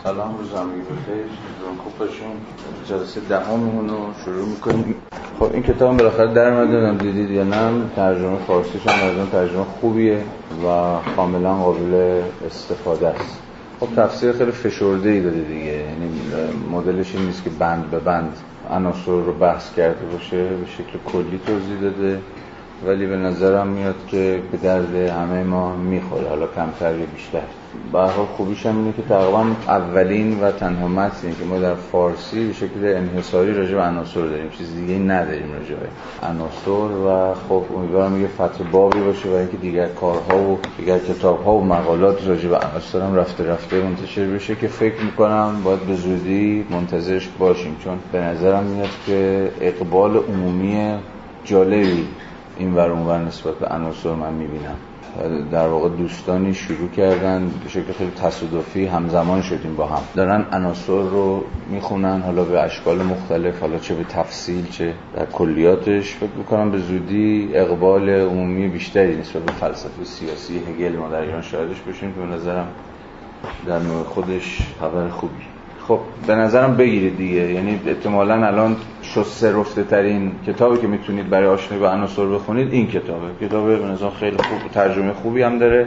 سلام، روز همگی بخیر. خوب باشین. جلسه دهممون رو شروع می‌کنیم. خب این کتاب بالاخره در اومد، دیدید یا نه؟ ترجمه فارسیش هم از اون ترجمه خوبیه و کاملا قابل استفاده است. خب تفسیر خیلی فشرده‌ای داده دیگه، یعنی مدلش این نیست که بند به بند عناصر رو بحث کرده باشه، به شکل کلی توضیح داده، ولی به نظرم میاد که به درد همه ما میخوره، حالا کمتر یا بیشتر. به هر حال خوبیش هم اینه که تقریبا اولین و تنها متنی که ما در فارسی به شکل انحصاری راجع به عناصر داریم، چیز دیگه نداریم راجع به عناصر. و خب امیدوارم یه فتح بابی باشه و اینکه دیگر کارها و دیگر کتاب‌ها و مقالات راجع به عناصر هم رفته منتشر بشه که فکر می‌کنم باید به زودی منتظرش باشیم، چون به نظرم میاد که اقبال عمومی جالبی این ور اون ور نسبت به عناصر من میبینم. در واقع دوستانی شروع کردن به شکل خیلی تصادفی، همزمان شدیم با هم، دارن عناصر رو میخونن، حالا به اشکال مختلف، حالا چه به تفصیل چه در کلیاتش. فکر میکنم به زودی اقبال عمومی بیشتری نسبت به فلسفه سیاسی هگل ما در ایران شاهدش بشیم که به نظرم در نوع خودش خبر خوبی. خب به نظرم بگیرید دیگه، یعنی احتمالاً الان شسته رفته ترین کتابی که میتونید برای آشنایی با عناصر بخونید این کتابه به نظرم خیلی خوب، ترجمه خوبی هم داره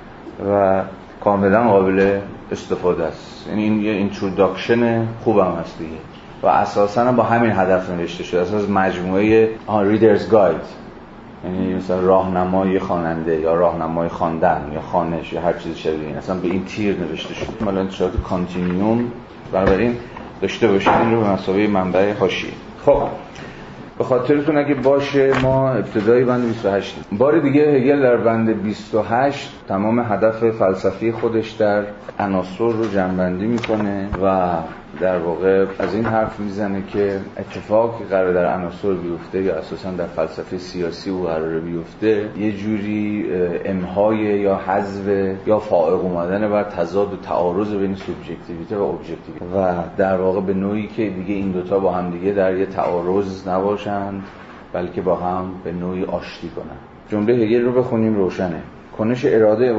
و کاملا قابل استفاده است. یعنی این یه اینتروداکشن خوبم هست دیگه و اساساً هم با همین هدف نوشته شده، اساس مجموعه ریدرز گاید، یعنی مثلا راهنمای خواننده یا راهنمای خواندن یا خوانش یا هر چیز شبیه این، اصلا به این تیر نوشته شده. مالا انتشارات کانتینیوم، بنابراین داشته باشید این رو به مثابه منبع حاشیه. خب به خاطرتون اگه باشه ما ابتدای بند 28 بار دیگه هگل در بند 28 تمام هدف فلسفی خودش در عناصر رو جمع‌بندی میکنه و در واقع از این حرف میزنه که اتفاقی قرار در عناصر بیفته یا اساسا در فلسفه سیاسی او قراره بیفته یه جوری امهای یا حذف یا فائق اومدن بر تضاد و تعارض بین سوبژکتیویته و ابژکتیویته و در واقع به نوعی که دیگه این دوتا با هم دیگه در یه تعارض نباشند بلکه با هم به نوعی آشتی کنن. جمله هگل رو بخونیم روشنه. کنش اراده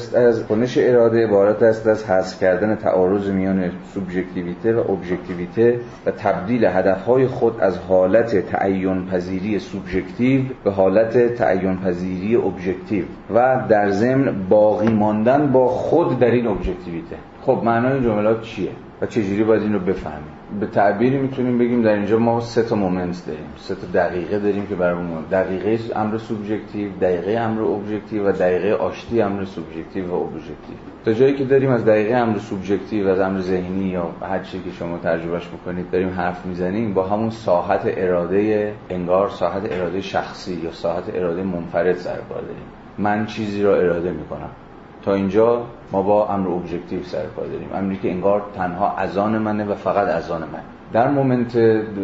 عبارت است از حذف کردن تعارض میان سوبژکتیویته و ابژکتیویته و تبدیل هدفهای خود از حالت تعین پذیری سوبژکتیو به حالت تعین پذیری ابژکتیو و در ضمن باقی ماندن با خود در این ابژکتیویته. خب معنای این جملات چیه و چجوری باید این رو بفهمیم؟ به تعبیری میتونیم بگیم در اینجا ما 3 مومنت داریم، 3 دقیقه داریم که برامون دقیقه امر سوبژکتیو، دقیقه امر ابژکتیو و دقیقه آشتی امر سوبژکتیو و ابژکتیو. تا جایی که داریم از دقیقه امر سوبژکتیو، از امر ذهنی یا هر چیزی که شما ترجمهش میکنید داریم حرف میزنیم، با همون ساحت اراده، انگار ساحت اراده شخصی یا ساحت اراده منفرد سر کار داریم. من چیزی را اراده میکنم. تا اینجا ما با امر ابژکتیو سر کار داریم، امری که انگار تنها از آن منه و فقط از آن من. در مومنت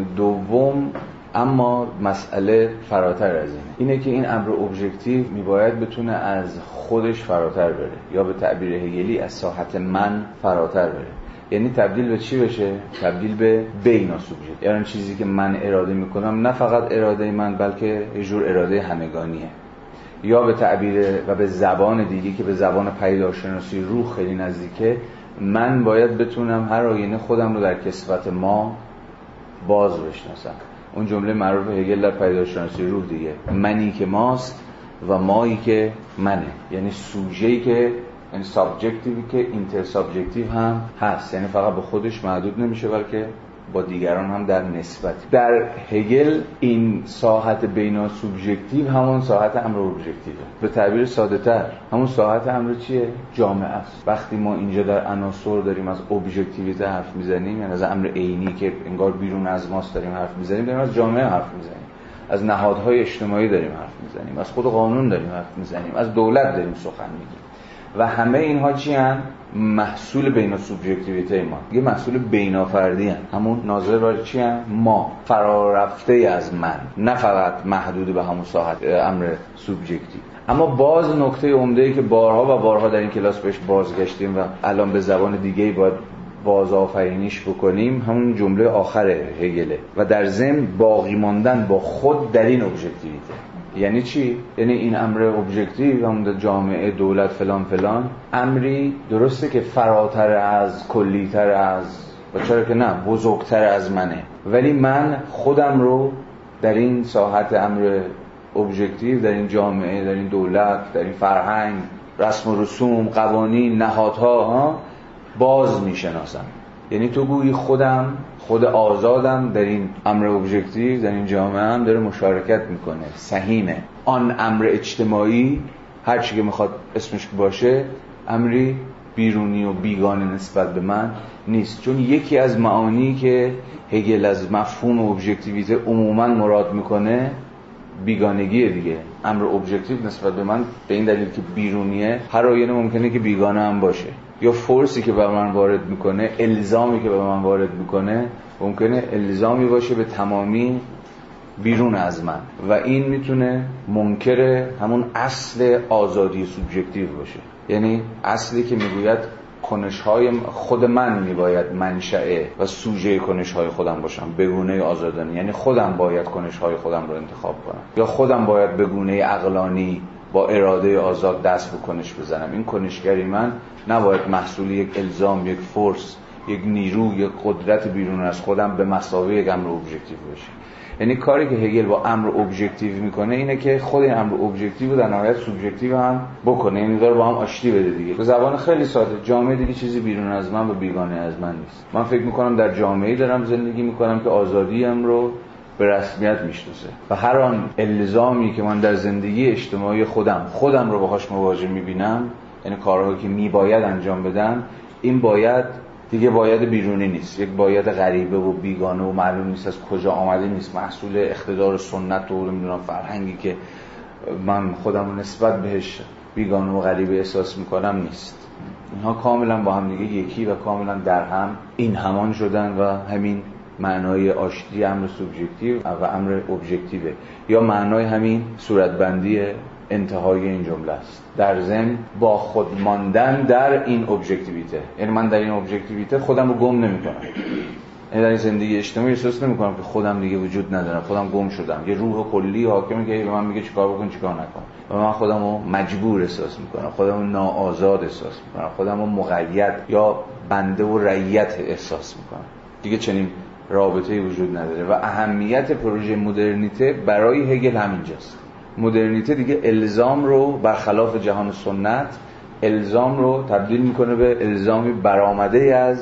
دوم اما مسئله فراتر از اینه که این امر ابژکتیو میباید بتونه از خودش فراتر بره یا به تعبیر هگلی از ساحت من فراتر بره. یعنی تبدیل به چی بشه؟ تبدیل به بینا سوبژکت، یعنی چیزی که من اراده میکنم نه فقط اراده من بلکه یه جور اراده همگانیه. یا به تعبیر و به زبان دیگه که به زبان پیدایش‌شناسی روح خیلی نزدیکه، من باید بتونم هر آینه خودم رو در کسوت ما باز بشناسم. اون جمله معروف هگل در پیدایش‌شناسی روح دیگه، منی که ماست و مایی که منه، یعنی سوژه‌ای که این سابجکتیوی که اینتر سابجکتیو هم هست، یعنی فقط به خودش محدود نمیشه بلکه با دیگران هم در نسبت. در هگل این ساحت بینا سوبژکتیو همون ساحت امر ابژکتیوه. به تعبیر ساده تر همون ساحت امر چیه؟ جامعه است. وقتی ما اینجا در عناصر داریم از ابژکتیویته حرف میزنیم، یعنی از امر عینی که انگار بیرون از ماست داریم حرف میزنیم، داریم از جامعه حرف میزنیم، از نهادهای اجتماعی داریم حرف میزنیم، از خود قانون داریم حرف میزنیم، از دولت داریم سخن میگیم و همه اینها چی هستند؟ محصول بینا سوبژکتیویته ما، یه محصول بینا فردی هستند. همون ناظر بر چی هستند؟ ما، فرارفته از من، نه فقط محدود به همون ساحت امر سوبژکتیو. اما باز نکته عمده‌ای که بارها و بارها در این کلاس بهش بازگشتیم و الان به زبان دیگه‌ای باید بازآفرینیش بکنیم، همون جمله آخر هگله و در ضمن باقی ماندن با خود در این ابژکتیویته. یعنی چی؟ یعنی این امر ابژکتیو، هم جامعه، دولت، فلان فلان، امری درسته که فراتر از، کلیتر از، و چرا که نه، بزرگتر از منه، ولی من خودم رو در این ساحت امر ابژکتیو، در این جامعه، در این دولت، در این فرهنگ، رسم و رسوم، قوانین، نهادها باز میشناسم. یعنی تو گویی خود آزادم در این امر ابژکتیو، در این جامعه هم داره مشارکت میکنه، سهیمه. آن امر اجتماعی، هر چی که میخواد اسمش باشه، امری بیرونی و بیگانه نسبت به من نیست. چون یکی از معانی که هگل از مفهوم ابژکتیویته عموما مراد میکنه بیگانگیه دیگه. امر ابژکتیو نسبت به من به این دلیل که بیرونیه، هر آینه ممکنه که بیگانه هم باشه، یا فورسی که به من وارد میکنه، الزامی که به من وارد میکنه، ممکنه الزامی باشه به تمامی بیرون از من، و این میتونه منکر همون اصل آزادی سوبژکتیو باشه. یعنی اصلی که میگوید کنش‌های خود من میباید منشأ و سوژه کنش‌های خودم باشم به گونه آزادانه. یعنی خودم باید کنش‌های خودم رو انتخاب کنم، یا خودم باید به گونه عقلانی با اراده آزاد دست به کنش بزنم. این کنشگری من نباید محصول یک الزام، یک فورس، یک نیرو، یک قدرت بیرون از خودم به مثابه یک امر ابژکتیو باشه. یعنی کاری که هگل با امر ابژکتیو میکنه اینه که خود این امر ابژکتیو در نهایت سوبژکتیو هم بکنه، یعنی داره با هم آشتی بده دیگه. به زبان خیلی ساده، جامعه دیگه چیزی بیرون از من و بیگانه از من نیست. من فکر میکنم در جامعه‌ای دارم زندگی میکنم که آزادیم رو به رسمیت میشناسه، و هر آن الزامی که من در زندگی اجتماعی خودم رو باهاش مواجه میبینم، یعنی کارهایی که میباید انجام بدم، این باید دیگه باید بیرونی نیست، یک باید غریبه و بیگانه و معلوم نیست از کجا آمده نیست، محصول اقتدار سنت و نمیدونم فرهنگی که من خودم رو نسبت بهش بیگانه و غریبه احساس میکنم نیست. اینها کاملا با هم دیگه یکی و کاملا در هم این همان شدن و همین معنای آشتی امر سوبژکتیو و امر ابژکتیو، یا معنای همین صورتبندی انتهای این جمله است. در ضمن با خود ماندن در این ابژکتیویته، یعنی من در این ابژکتیویته خودم رو گم نمی‌کنم. یعنی در این زندگی اجتماعی احساس نمی‌کنم که خودم دیگه وجود ندارم، خودم گم شدم، یه روح کلی حاکمه که به من میگه چیکار بکن چیکار نکن، و من خودم رو مجبور احساس می‌کنم، خودم رو ناآزاد احساس می‌کنم، خودم رو مقید یا بنده و رعیت احساس می‌کنم. دیگه چنین رابطه‌ای وجود نداره. و اهمیت پروژه مدرنیته برای هگل همینجاست. مدرنیته دیگه الزام رو برخلاف جهان سنت، الزام رو تبدیل میکنه به الزامی برآمده از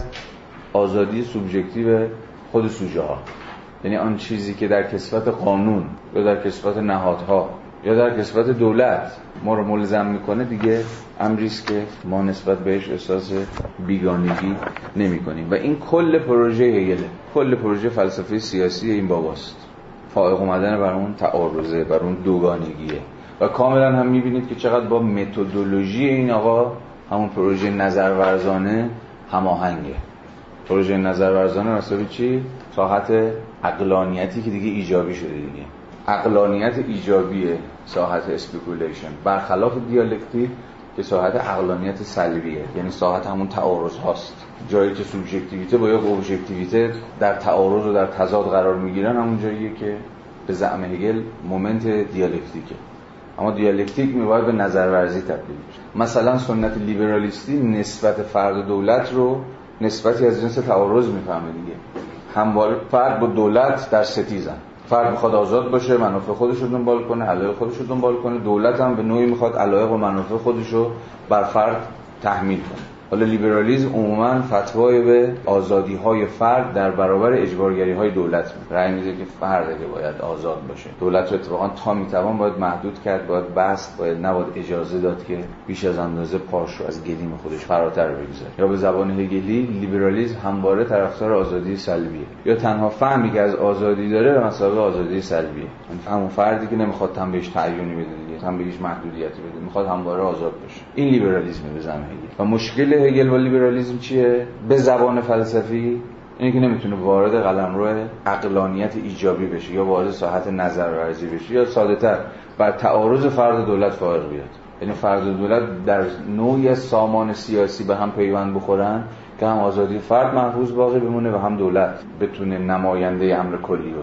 آزادی سوبژکتیو خود سوژه ها. یعنی آن چیزی که در کسوت قانون یا در کسوت نهادها یا در کسوت دولت ما رو ملزم میکنه، دیگه امری است که ما نسبت بهش احساس بیگانگی نمی‌کنیم. و این کل پروژه هگل، کل پروژه فلسفه سیاسی این باباست، فائق اومدن بر اون تعارضه، بر اون دوگانگیه. و کاملا هم می‌بینید که چقدر با متدولوژی این آقا همون پروژه نظرورزانه هماهنگه. پروژه نظرورزانه مثلا چی؟ ساحت عقلانیتی که دیگه ایجابی شده دیگه. عقلانیت ایجابیه ساحت اسپیکولیشن، برخلاف دیالکتیک که ساحت عقلانیت سلبیه، یعنی ساحت همون تعارض هاست. جایی که سوبژکتیویته با یک ابژکتیویته در تعارض و در تضاد قرار میگیرن، همون جاییه که به زعم هگل مومنت دیالکتیکه. اما دیالکتیک میباید به نظرورزی تبدیل بشه. مثلا سنت لیبرالیستی نسبت فرد و دولت رو نسبتی از جنس تعارض میفهمه دیگه. همواره فرد با دولت در ستیزن. فرد میخواد آزاد باشه، منافع خودش رو دنبال کنه، علایق خودش رو دنبال کنه. دولت هم به نوعی میخواد علایق و منافع خودش رو بر فرد تحمیل کنه. حالا لیبرالیسم عموما فتوای به آزادی‌های فرد در برابر اجبارگری‌های دولت میده. رأی میده که فرد که باید آزاد باشه. دولت رو اتفاقا تا میتوان باید محدود کرد، باید بست، باید نباید اجازه داد که بیش از اندازه پاش رو از گلیم خودش فراتر بگذاره. یا به زبان هگلی لیبرالیسم همواره طرفدار آزادی سلبیه، یا تنها فهمی که از آزادی داره به مثابه آزادی سلبیه. یعنی همون فردی که نمیخواد تن بهش تعیینی بده دیگه، تن بهش محدودیتی بده، میخواد همواره آزاد باشه. این لیبرالیسم به زعم هگل. و مشکل هگل با لیبرالیسم چیه؟ به زبان فلسفی اینه که نمیتونه وارد قلمرو عقلانیت ایجابی بشه، یا وارد ساحت نظرورزی بشه، یا ساده‌تر بر تعارض فرد و دولت فائق بیاد. یعنی فرد و دولت در نوعی سامان سیاسی به هم پیوند بخورن که هم آزادی فرد محفوظ باقی بمونه و هم دولت بتونه نماینده امر کلی باشه.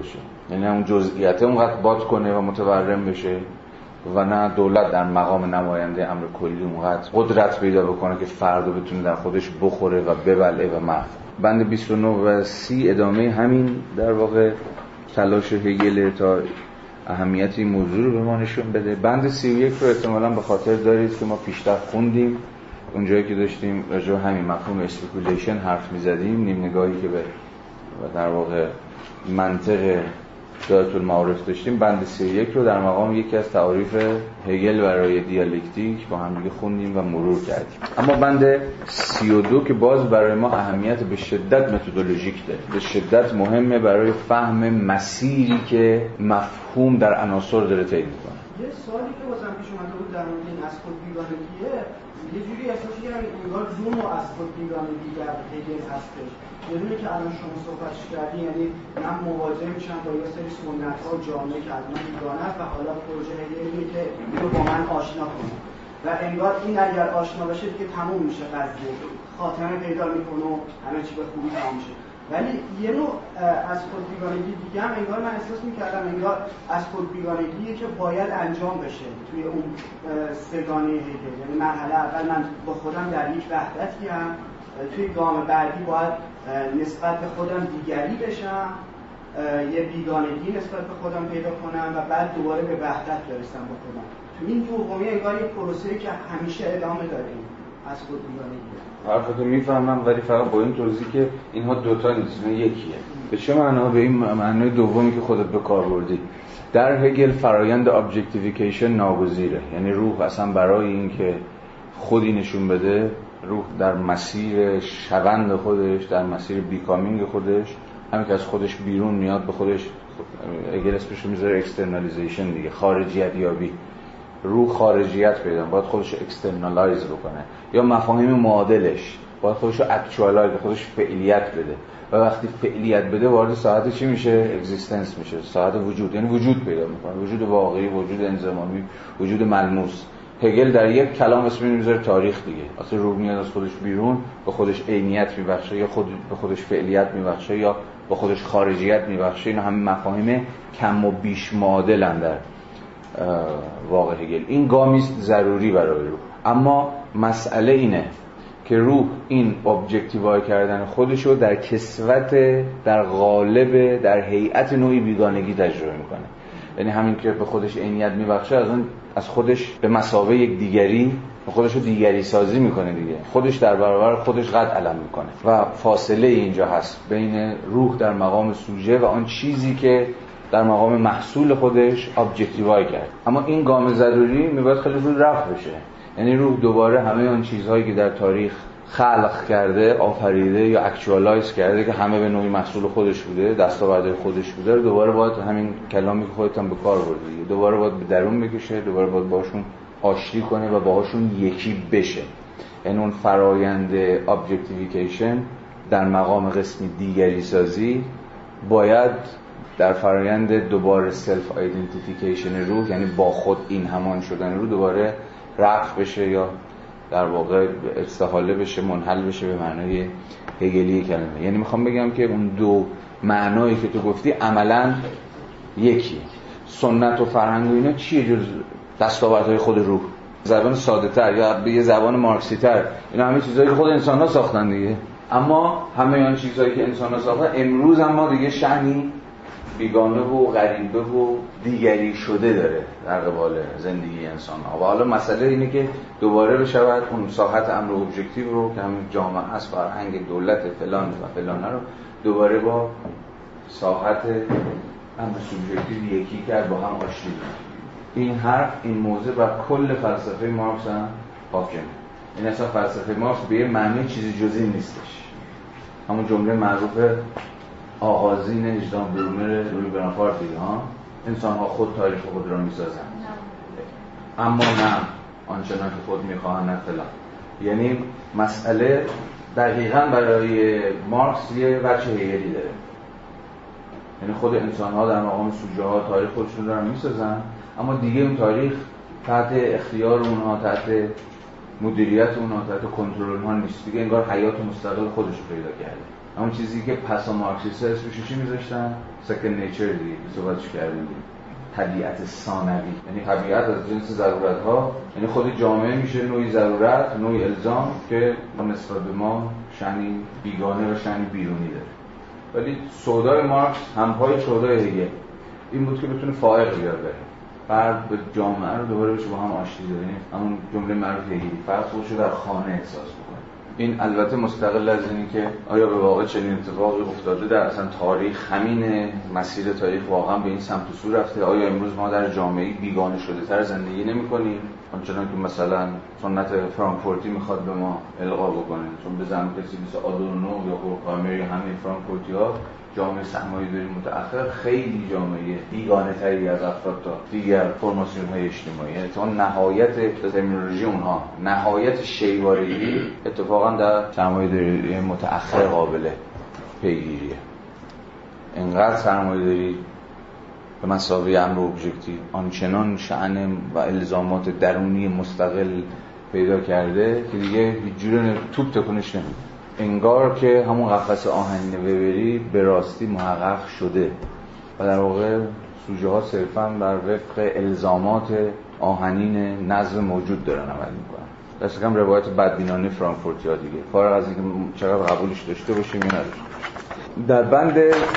یعنی اون جزئیات اونقدر باد کنه و متورم بشه و نه دولت در مقام نماینده امر کلی اونقدر قدرت پیدا بکنه که فرد بتونه در خودش بخوره و ببلعه و محو. بند 29 و 30 ادامه همین در واقع تلاش هگل تا اهمیت این موضوع رو به ما نشون بده. بند 31 رو احتمالاً به خاطر دارید که ما پیشتر خوندیم، اونجایی که داشتیم راجع به همین مفهوم اسپیکولیشن حرف می‌زدیم، نیم نگاهی که به در واقع منطق دایره المعارف داشتیم. بند 31 رو در مقام یکی از تعاریف هگل برای دیالکتیک با هم دیگه خوندیم و مرور کردیم. اما بند 32 که باز برای ما اهمیت به شدت متدولوژیک داره، به شدت مهمه برای فهم مسیری که مفهوم در عناصر داره طی می‌کنه. یه سوالی که واسم پیش اومده بود در مورد این از خود بیگانگیه، یه جوری احساس کردم انگار دو نوع از خود بیگانگی در هگل هستش. یه دونه که الان شما صحبتش کردی، یعنی من مواجه میشم با یه سری سنت‌ها و جامعه که از من بیگانه است و حالا پروژه هگلیه که اینو با من آشنا کنه و انگار این اگر آشنا بشه دیگه تموم میشه، قضیه خاتمه پیدا میکنه و همه چی به خوبی تمام میشه. ولی یه نوع از خود بیگانگی دیگه هم انگار من احساس می‌کردم انگار از خود بیگانگیه که باید انجام بشه توی اون سگانه هگل. یعنی مرحله اول من با خودم در یک وحدتی ام، توی گام بعدی باید نسبت به خودم دیگری بشم، یه بیگانگی نسبت به خودم پیدا کنم و بعد دوباره به وحدت برسم با خودم. تو این دومی انگار یه پروسه‌ای که همیشه ادامه داره از خود بیگانگی. حرفتو میفهمم، ولی فقط با این توضیح که اینها دوتا نیست، این یکیه. به چه معنا؟ به این معنای دومی که خودت به کار بردی. در هگل فرایند ابجکتیفیکیشن ناگزیره، یعنی روح اصلا برای این که خودی نشون بده، روح در مسیر شوند خودش، در مسیر بیکامینگ خودش، همین که از خودش بیرون میاد به خودش، هگل اسمش رو میذاره اکسترنالیزیشن دیگه، خارجیت یابی. روح خارجیت پیدا، باید خودش رو اکسترنالایز بکنه، یا مفاهیم معادلش باید خودش رو اکچوالایز، خودش فعلیت بده و وقتی فعلیت بده وارد ساحت چی میشه؟ اگزیستنس میشه، ساحت وجود، یعنی وجود پیدا میکنه، وجود واقعی، وجود انضمامی، وجود ملموس. هگل در یک کلام اسم میذاره تاریخ دیگه. اصلا روح میاد از خودش بیرون، به خودش عینیت میبخشه یا به خودش فعلیت میبخشه یا به خودش خارجیت میبخشه. اینا همه مفاهیم کم و بیش معادلن در واقع هگل. این گامیست ضروری برای روح. اما مسئله اینه که روح این ابجکتیوای کردن خودشو در کسوت، در قالب، در هیئت نوعی بیگانگی تجربه میکنه. یعنی همین که به خودش عینیت میبخشه، از خودش به مثابه یک دیگری خودشو دیگری سازی میکنه دیگه، خودش در برابر خودش قد علم میکنه و فاصله اینجا هست بین روح در مقام سوژه و آن چیزی که در مقام محصول خودش ابجکتیوای کرد. اما این گام ضروری میباید خیلی زود رفع بشه. یعنی روح دوباره همه آن چیزهایی که در تاریخ خلق کرده، آفریده یا اکچوالایز کرده که همه به نوعی محصول خودش بوده، دستاورد خودش بوده، رو دوباره باید همین کلامی که خودت هم به کار بردی، دوباره باید به درون بکشه، دوباره باید باهاشون آشتی کنه و باهاشون یکی بشه. یعنی اون فرایند ابجکتیفیکیشن در مقام قسمی دیگری سازی باید در فرایند دوباره سلف ایدنتیفیکیشن روح، یعنی با خود این همان شدن روح، دوباره رفع بشه یا در واقع استحاله بشه، منحل بشه به معنای هگلی کلمه. یعنی میخوام بگم که اون دو معنایی که تو گفتی عملاً یکی. سنت و فرهنگ و اینا چیه جز دستاوردهای خود روح؟ زبان ساده تر یا به یه زبان مارکسی تر، اینا همه چیزایی که خود انسان ها ساختن دیگه. اما همه آن چیزهایی که انسان ها ساختن امروز اما دیگه شأنی بیگانه و غریبه و دیگری شده داره در قبال زندگی انسان ها. و حالا مسئله اینه که دوباره بشود اون ساحت امر ابجکتیو رو که همین جامعه است، فرهنگ، دولت فلان و فلانه رو دوباره با ساحت امر سوبژکتیو یکی کرد، با هم آشتی داد. این حرف، این موضوع بر کل فلسفه مارکس هم حاکمه. این اصلا فلسفه مارکس به یه معنی چیزی جز این نیستش. همون جمله معروف آغازین اجدام برومر روی برانفارد دیگه ها، انسان ها خود تاریخ خود را میسازند اما نه آنچنان که خود میخواهند نه فلان. یعنی مسئله دقیقاً برای مارکس یه وجه هگلی داره. یعنی خود انسان ها در مقام سوژه ها تاریخ خودشون دارن میسازن، اما دیگه اون تاریخ تحت اختیار اونها، تحت مدیریت اونها تحت کنترل اونها نیست دیگه، انگار حیات مستقل خودش رو پیدا کرده. اون چیزی که پسا مارکسیستا اسمش چی میذاشتن؟ سکند نیچر دیگه، صحبتش کردیم، طبیعت ثانوی، یعنی طبیعت از جنس ضرورت‌ها، یعنی خود جامعه میشه نوعی ضرورت، نوعی الزام که نسبت به ما شأنی بیگانه و شأنی بیرونی داره. ولی سودای مارکس همپای سودای هگل این بود که بتونه فائق بیاد بره، فرد به جامعه رو دوباره بشه با هم آشتی بده، همون جمله معروف هگلی، فرد خودش رو در خانه احساس بکنه. این البته مستقل از اینی که آیا به واقع چنین اتفاقی افتاده در اصلا تاریخ، همین مسیر تاریخ واقعا به این سمت و سو رفته، آیا امروز ما در جامعه بیگانه شده تر زندگی نمی‌کنیم آنچنان که مثلا سنت فرانکفورتی میخواد به ما القا بکنه، چون به زعم کسی مثل آدورنو یا هورخامر یا همین فرانکفورتی‌ها جامعه سرمایه‌داری متأخر خیلی جامعه بیگانه تری از افراد تا دیگر فرماسیون‌های اجتماعی، یعنی تا نهایت ترمینولوژی اونها، نهایت شیوارگی اتفاقا در سرمایه‌داری متأخر قابل پیگیریه. انقدر سرمایه‌داری به مثابه امر ابژکتیو آنچنان شأن و الزامات درونی مستقل پیدا کرده که دیگه هیچ جوری توپ تکونش نمیده. انگار که همون قفس آهنین ببری به راستی محقق شده و در واقع سوژه ها صرفاً بر وفق الزامات آهنین نظم موجود دارن عمل میکنن. دست کم روایت بدبینانه فرانکفورتی ها دیگه، فارغ از اینکه چقدر قبولش داشته باشیم یا نداشته. در بند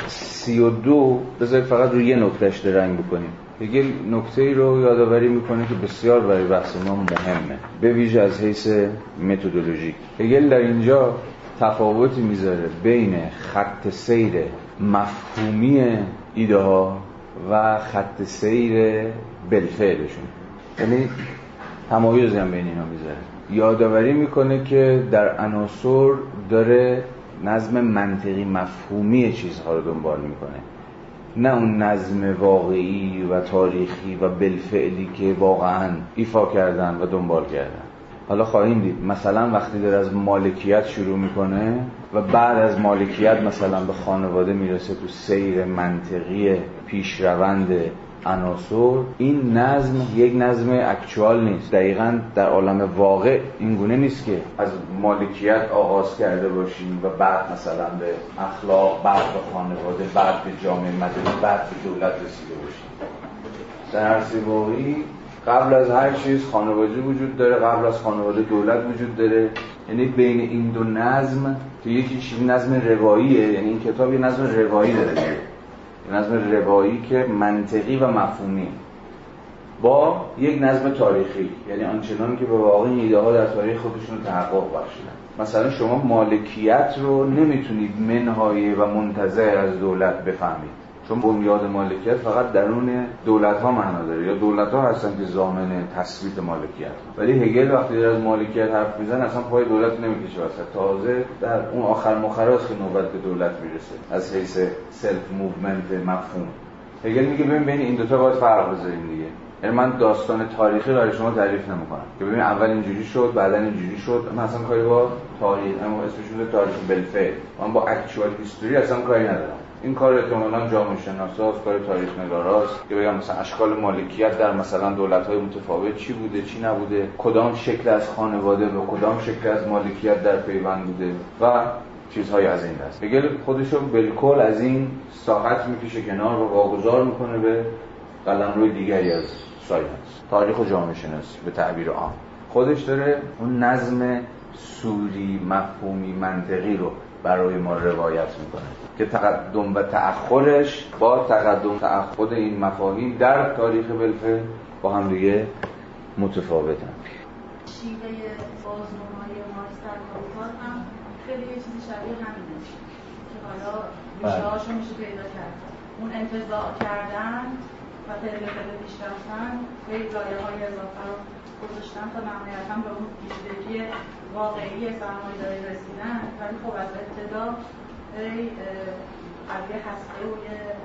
32 بذارید فقط روی یه نکتهش درنگ بکنیم. هگل نکته‌ای رو یادآوری میکنه که بسیار برای بحث ما مهمه، به ویژه از حیث متدولوژیک. هگل در اینجا تفاوتی میذاره بین خط سیر مفهومی ایده ها و خط سیر بالفعلشون، یعنی تمایزی هم بین اینا میذاره. یادآوری میکنه که در عناصر داره نظم منطقی مفهومی چیزها رو دنبال میکنه، نه اون نظم واقعی و تاریخی و بالفعلی که واقعا ایفا کردن و دنبال کردن. حالا خواهیم دید مثلا وقتی داره از مالکیت شروع میکنه و بعد از مالکیت مثلا به خانواده میرسه تو سیر منطقی پیشروند عناصر، این نظم یک نظم اکچوال نیست. دقیقاً در عالم واقع این گونه نیست که از مالکیت آغاز کرده باشیم و بعد مثلا به اخلاق، بعد به خانواده، بعد به جامعه مدنی، بعد به دولت رسیده باشیم. در عرصه واقعی قبل از هر چیز خانواده وجود داره، قبل از خانواده دولت وجود داره. یعنی بین این دو نظم که یکیش نظم رواییه، یعنی این کتاب یه نظم روایی داره، نظم روایی که منطقی و مفهومی با یک نظم تاریخی، یعنی آنچنان که به واقع ایده ها در تاریخ خودشون تحقق بخشیدن. مثلا شما مالکیت رو نمیتونید منهای و منتزع از دولت بفهمید، چون بنیاد مالکیت فقط درون دولت ها معنا داره، یا دولت ها هستن که ضامن تثبیت مالکیت. ولی هگل وقتی داره از مالکیت حرف میزنه اصلا پای دولت نمیکشه وسط، تازه در اون آخر مخراست که نوبت به دولت میرسه از حیث سلف موومنت مفهوم. هگل میگه ببین این دوتا باید فرق بذاریم دیگه. یعنی من داستان تاریخی برای شما تعریف نمی‌کنم که ببین اول اینجوری شد بعدا اینجوری شد، من اصلا کاری با تاریخ، اما اسمش رو تاریخ بالفعل، من با اکچوال هیستوری اصلا کاری ندارم. این کار احتمالاً جامعه شناساست، کار تاریخ نگاراست که بگم مثلا اشکال مالکیت در مثلا دولت‌های متفاوت چی بوده چی نبوده، کدام شکل از خانواده به کدام شکل از مالکیت در پیوند بوده و چیزهای از این دست. هگل خودشو بالکل از این ساحت میکشه کنار و واگذار میکنه به قلمرو دیگری از ساینس، تاریخ و جامعه شناسی به تعبیر عام. خودش داره اون نظم سوری مفهومی منطقی رو برای ما روایت میکنه که تقدم و تأخرش با تقدم تأخر این مفاهیم در تاریخ بالفعل با هم دیگه متفاوتن. شیوه بازنمایی مارکس در کاروکار هم خیلی یه چیزی شبیه همینه که حالا ریشه‌هاشو میشه پیدا کرد. اون انتزاع کردن و خیلی پیش رفتن به لایه‌های اضافه رو گذاشتن تا نهایتاً به اون پیچیدگی واقعی سرمایه‌داری رسیدن. ولی خب از ابتدا از یه هسته و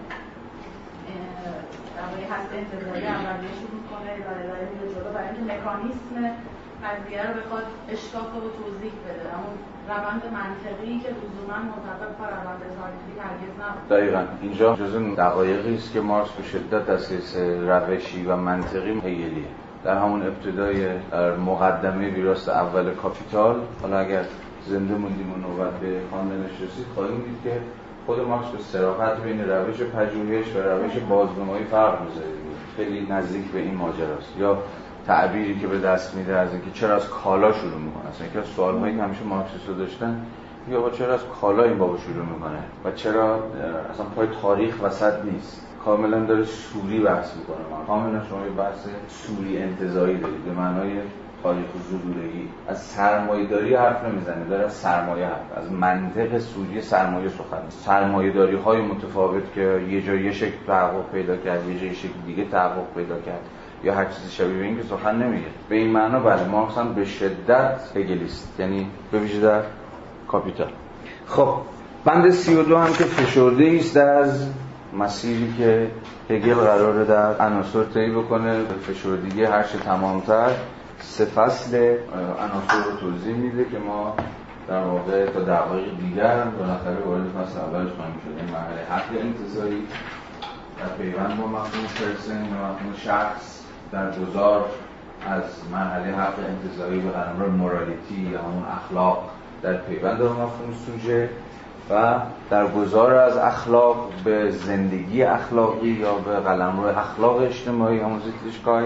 یه هسته انتزاعی اولیه شروع می‌کنه لایه میره جلو برای اینکه مکانیسم قضیه رو بخواد اشکاف و توضیح بده، اما روند منطقی که لزوماً مطابق با روند تاریخی هرگز نبود. دقیقاً اینجا جزء دقایقی است که مارکس به شدت از حیث روشی و منطقی هگلیه. در همون ابتدای مقدمه ویراست اول کاپیتال، حالا اگر زنده موندیم و نوبت به خواندنش رسید خواهیم دید که خود مارکس به صراحت بین روش پژوهش و روش بازنمایی فرق می‌ذاره. خیلی نزدیک به این ماجراست. یا تعبیری که به دست میده از اینکه چرا از کالا شروع میکنه. اصلا یکی از سوال‌هایی که همیشه مارکسیست‌ها داشتن یا چرا از کالا این بابا شروع میکنه و چرا اصلا پای تاریخ وسط نیست. کاملا داره سوری بحث میکنه. کاملا شما یه بحث سوری انتزاعی دارید به معنای تاریخ زدورگی. از سرمایه‌داری حرف نمیزنه، داره از سرمایه حرف، از منطق سوری سرمایه سخن. سرمایه‌داری‌های متفاوت که یه جای یه شکل تحقق پیدا کرد، یه جای شکل دیگه تحقق پیدا کرد یا هر چیزی شبیه به این که سخن نمیگه. به این معنا بله مارکس هم به شدت هگلیست، یعنی به ویژه در کاپیتال. خب بند 32 هم که فشرده است از مسیری که هگل قراره در عناصر طی بکنه. فشردگی هر چه تمام‌تر 3 فصل عناصر رو توضیح میده که ما در واقع تا دقایق دیگر بالاخره وارد فصل اولش خواهیم شد. این مرحله حق انتزاعی در پیوند با مفهوم پرسن و مفهوم شخص، در گذار از مرحله حق انتزاعی به قلمرو مورالیتی یا همون اخلاق در پیوند با مفهوم سوژه و در گذار از اخلاق به زندگی اخلاقی یا به قلمرو اخلاق اجتماعی همون زیتلیشکایت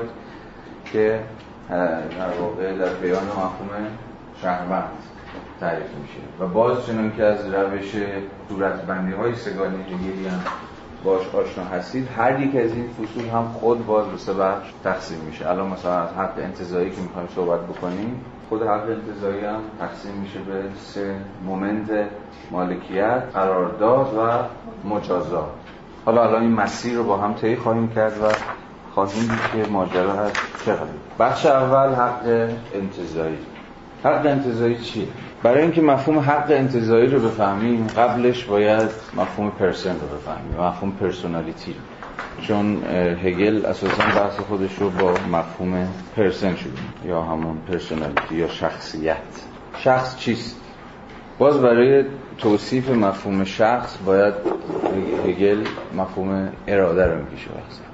که در واقع در پیوند مفهوم شهروند تعریف میشه. و باز چنان که از روش صورتبندی‌های سگانی هگلی هم باش آشنا هستید، هر یک از این فصول هم خود باز به 3 بخش تقسیم میشه. الان مثلا از حق انتزاعی که میخوایم صحبت بکنیم، خود حق انتزاعی هم تقسیم میشه به 3 مومنت: مالکیت، قرارداد و مجازات. حالا این مسیر رو با هم طی خواهیم کرد و خواهیم دید که ماجرا هست چقدر. بخش اول حق انتزاعی. حق انتزاعی چیه؟ برای اینکه مفهوم حق انتزاعی رو بفهمیم قبلش باید مفهوم پرسن رو بفهمیم، مفهوم پرسونالیتی، چون هگل اساساً بحث خودش رو با مفهوم پرسن شروع یا همون پرسونالیتی یا شخصیت. شخص چیست؟ باز برای توصیف مفهوم شخص باید هگل مفهوم اراده رو میکشه.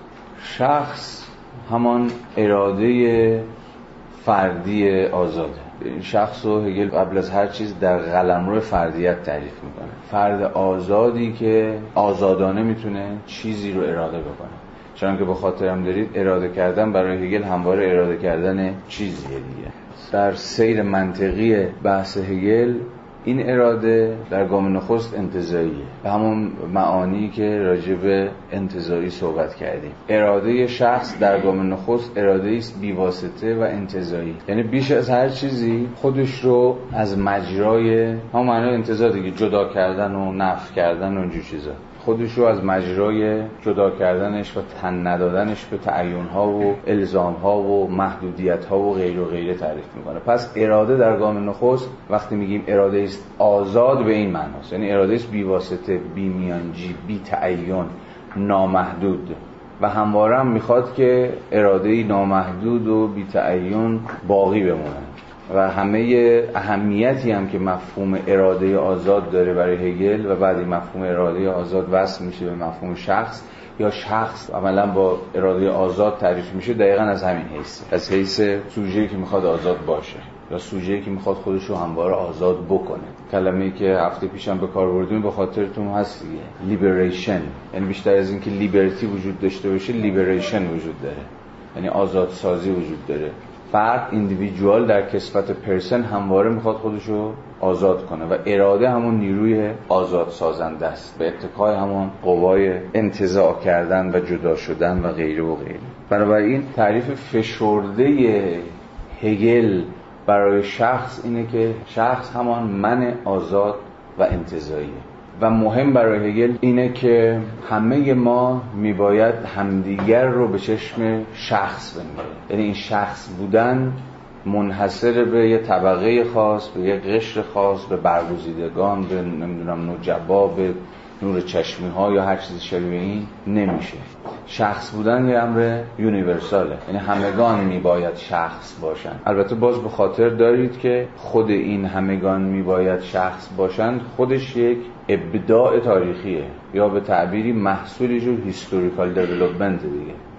شخص همان اراده فردی آزاده. این شخص رو هگل قبل از هر چیز در قلمرو فردیت تعریف میکنه. فرد آزادی که آزادانه میتونه چیزی رو اراده بکنه. چون که به خاطرم دارید اراده کردن برای هگل همواره اراده کردن چیزیه دیگه. در سیر منطقی بحث هگل این اراده در گام نخست انتزاعیه، به همون معانی که راجع به انتزاعی صحبت کردیم. اراده شخص در گام نخست اراده است بی‌واسطه و انتزاعی، یعنی بیش از هر چیزی خودش رو از مجرای همون معنای انتزاع دیگه، جدا کردن و نفی کردن و اینجور چیزا، خودش رو از مجرای جدا کردنش و تن ندادنش به تعیین‌ها و الزام‌ها و محدودیت‌ها و غیر و غیره تعریف می‌کنه. پس اراده در گام نخست وقتی میگیم اراده است آزاد به این معناست، یعنی اراده است بی واسطه، بی میانجی، بی تعیین، نامحدود و همواره هم میخواد که اراده نامحدود و بی تعیین باقی بمونه. و همه اهمیتی هم که مفهوم اراده آزاد داره برای هگل و بعد این مفهوم اراده آزاد وصل میشه به مفهوم شخص یا شخص عملاً با اراده آزاد تعریف میشه، دقیقاً از همین حیث، از حیث سوژه‌ای که میخواد آزاد باشه یا سوژه‌ای که میخواد خودش رو همواره آزاد بکنه. کلمه‌ای که هفته پیشم به کار بردیم به خاطرتون هست دیگه، لیبریشن، یعنی بیشتر از اینکه لیبرتی وجود داشته باشه لیبریشن وجود داره، یعنی آزادسازی وجود داره. فرد ایندیویدوال در کسوت پرسن همواره میخواد خودش رو آزاد کنه و اراده همون نیروی آزاد سازنده است، به اتکای همون قوای انتزاع کردن و جدا شدن و غیره و غیره. بنابراین تعریف فشرده هگل برای شخص اینه که شخص همان من آزاد و انتزاعیه و مهم برای هگل اینه که همه ما میباید همدیگر رو به چشم شخص بنگریم، یعنی این شخص بودن منحصر به یه طبقه خاص، به یه قشر خاص، به برگزیدگان، به نمیدونم نجبا، به نور چشمی ها یا هر چیزی شبیه این نمیشه. شخص بودن یه امر یونیورساله، یعنی همگان میباید شخص باشن. البته باز به خاطر دارید که خود این همگان میباید شخص باشن خودش یک ابداع تاریخیه یا به تعبیری محصولی جو هیستوریکال دیولپمنت دیگه.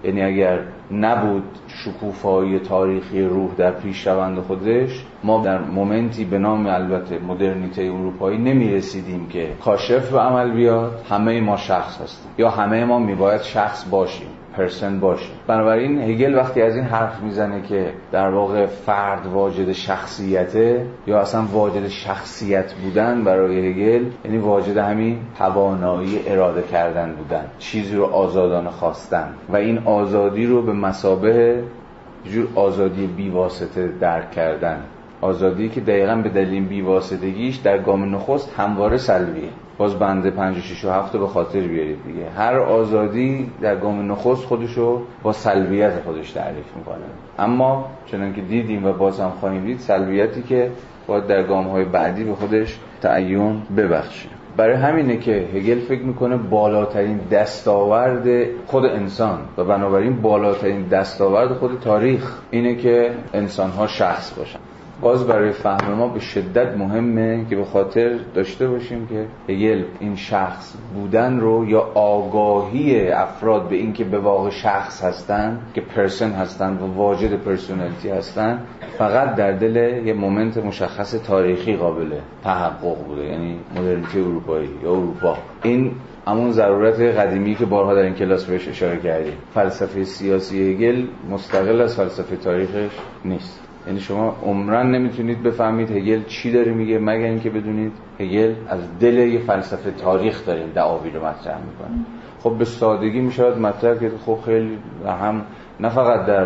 یعنی اگر نبود شکوفایی تاریخی روح در پیشروند خودش، ما در مومنتی به نام البته مدرنیته اروپایی نمیرسیدیم که کاشف به عمل بیاد همه ما شخص هستیم یا همه ما میباید شخص باشیم، پرسن باشیم. بنابراین هگل وقتی از این حرف میزنه که در واقع فرد واجد شخصیته یا اصلا واجد شخصیت بودن برای هگل، یعنی واجد همین توانایی اراده کردن بودن، چیزی رو آزادانه خواستن و این آزادی رو به مثابه جور آزادی بیواسطه درک کردن، آزادی که دقیقاً به دلیل بیواسطگیش در گام نخست همواره سلبیه. باز بنده 5 و 6 و 7 به خاطر بیارید دیگه، هر آزادی در گام نخست خودشو با سلبیت خودش تعریف میکنه، اما چنانکه دیدیم و باز هم خواهیم دید سلبیتی که باید در گام‌های بعدی به خودش تعین ببخشه. برای همینه که هگل فکر میکنه بالاترین دستاورد خود انسان و بنابراین بالاترین دستاورد خود تاریخ اینه که انسان‌ها شخص باشن. باز برای فهم ما به شدت مهمه که به خاطر داشته باشیم که هگل این شخص بودن رو یا آگاهی افراد به این که به واقع شخص هستن، که پرسن هستن و واجد پرسونالیتی هستن، فقط در دل یه مومنت مشخص تاریخی قابل تحقق بوده، یعنی مدرنیته اروپایی یا اروپا. این همون ضرورت قدیمی که بارها در این کلاس بهش اشاره کردیم، فلسفه سیاسی هگل مستقل از فلسفه تاریخش نیست. یعنی شما عمرن نمیتونید بفهمید هگل چی داره میگه مگر اینکه بدونید هگل از دل یه فلسفه تاریخ داره دعاوی رو مطرح میکنه. خب به سادگی میشود مطرح که خب خیلی هم نه فقط در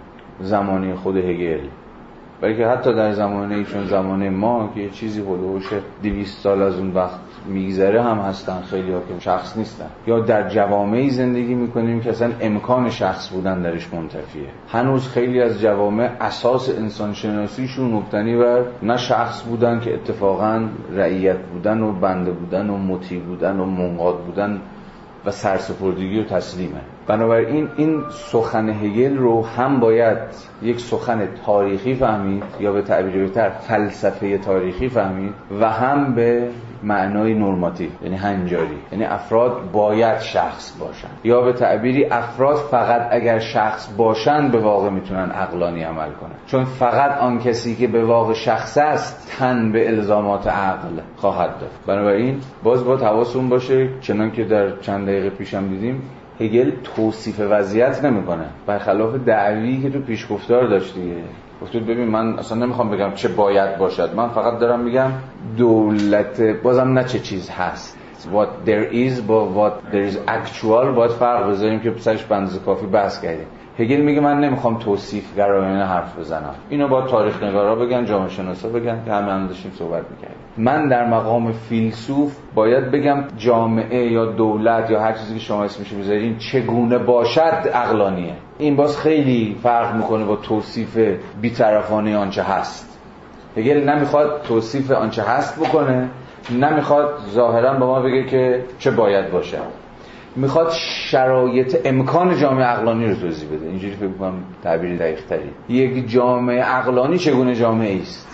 زمانه خود هگل بلکه حتی در زمانه ایشون، زمانه ما که یه چیزی هولوش 200 سال از اون وقت میگذره هم هستن خیلی ها که شخص نیستن، یا در جوامعی زندگی میکنیم که اصلا امکان شخص بودن درش منتفیه. هنوز خیلی از جوامع اساس انسانشناسیشون مبتنی بر نه شخص بودن که اتفاقا رعیت بودن و بنده بودن و مطیع بودن و منقاد بودن و سرسپردگی و تسلیمه. بنابراین این سخن هگل رو هم باید یک سخن تاریخی فهمید یا به تعبیر بهتر فلسفه تاریخی فهمید و هم به معنای نورماتیو، یعنی هنجاری، یعنی افراد باید شخص باشن یا به تعبیری افراد فقط اگر شخص باشن به واقع میتونن عقلانی عمل کنن، چون فقط آن کسی که به واقع شخص است تن به الزامات عقل خواهد داد. بنابراین باز باید حواسمون باشه، چنان که در چند دقیقه پیشم دیدیم، هگل توصیف وضعیت نمیکنه، برخلاف دعوی که تو پیشگفتار داشت دیگه. گفتید ببین من اصلا نمیخوام بگم چه باید باشد، من فقط دارم میگم دولت بازم نه چه چیز هست. What there is با what there is actual باید فرق بذاریم که سرش بندازه کافی بحث کردیم. هگل میگه من نمیخوام توصیف گرایانه حرف بزنم، اینو با تاریخ نگارا بگن، جامعه شناسا بگن که همه هم داشتیم صحبت میکردیم. من در مقام فیلسوف باید بگم جامعه یا دولت یا هر چیزی که شما اسمش بذارین چگونه باشد عقلانیه. این باز خیلی فرق میکنه با توصیف بی‌طرفانه آنچه هست. هگل نمیخواد توصیف آنچه هست بکنه، نمیخواد ظاهرا به ما بگه که چه باید باشه، میخواد شرایط امکان جامعه عقلانی رو توضیح بده. اینجوری فکر می‌کنم تعبیر دقیق تری. یک جامعه عقلانی چگونه جامعه است؟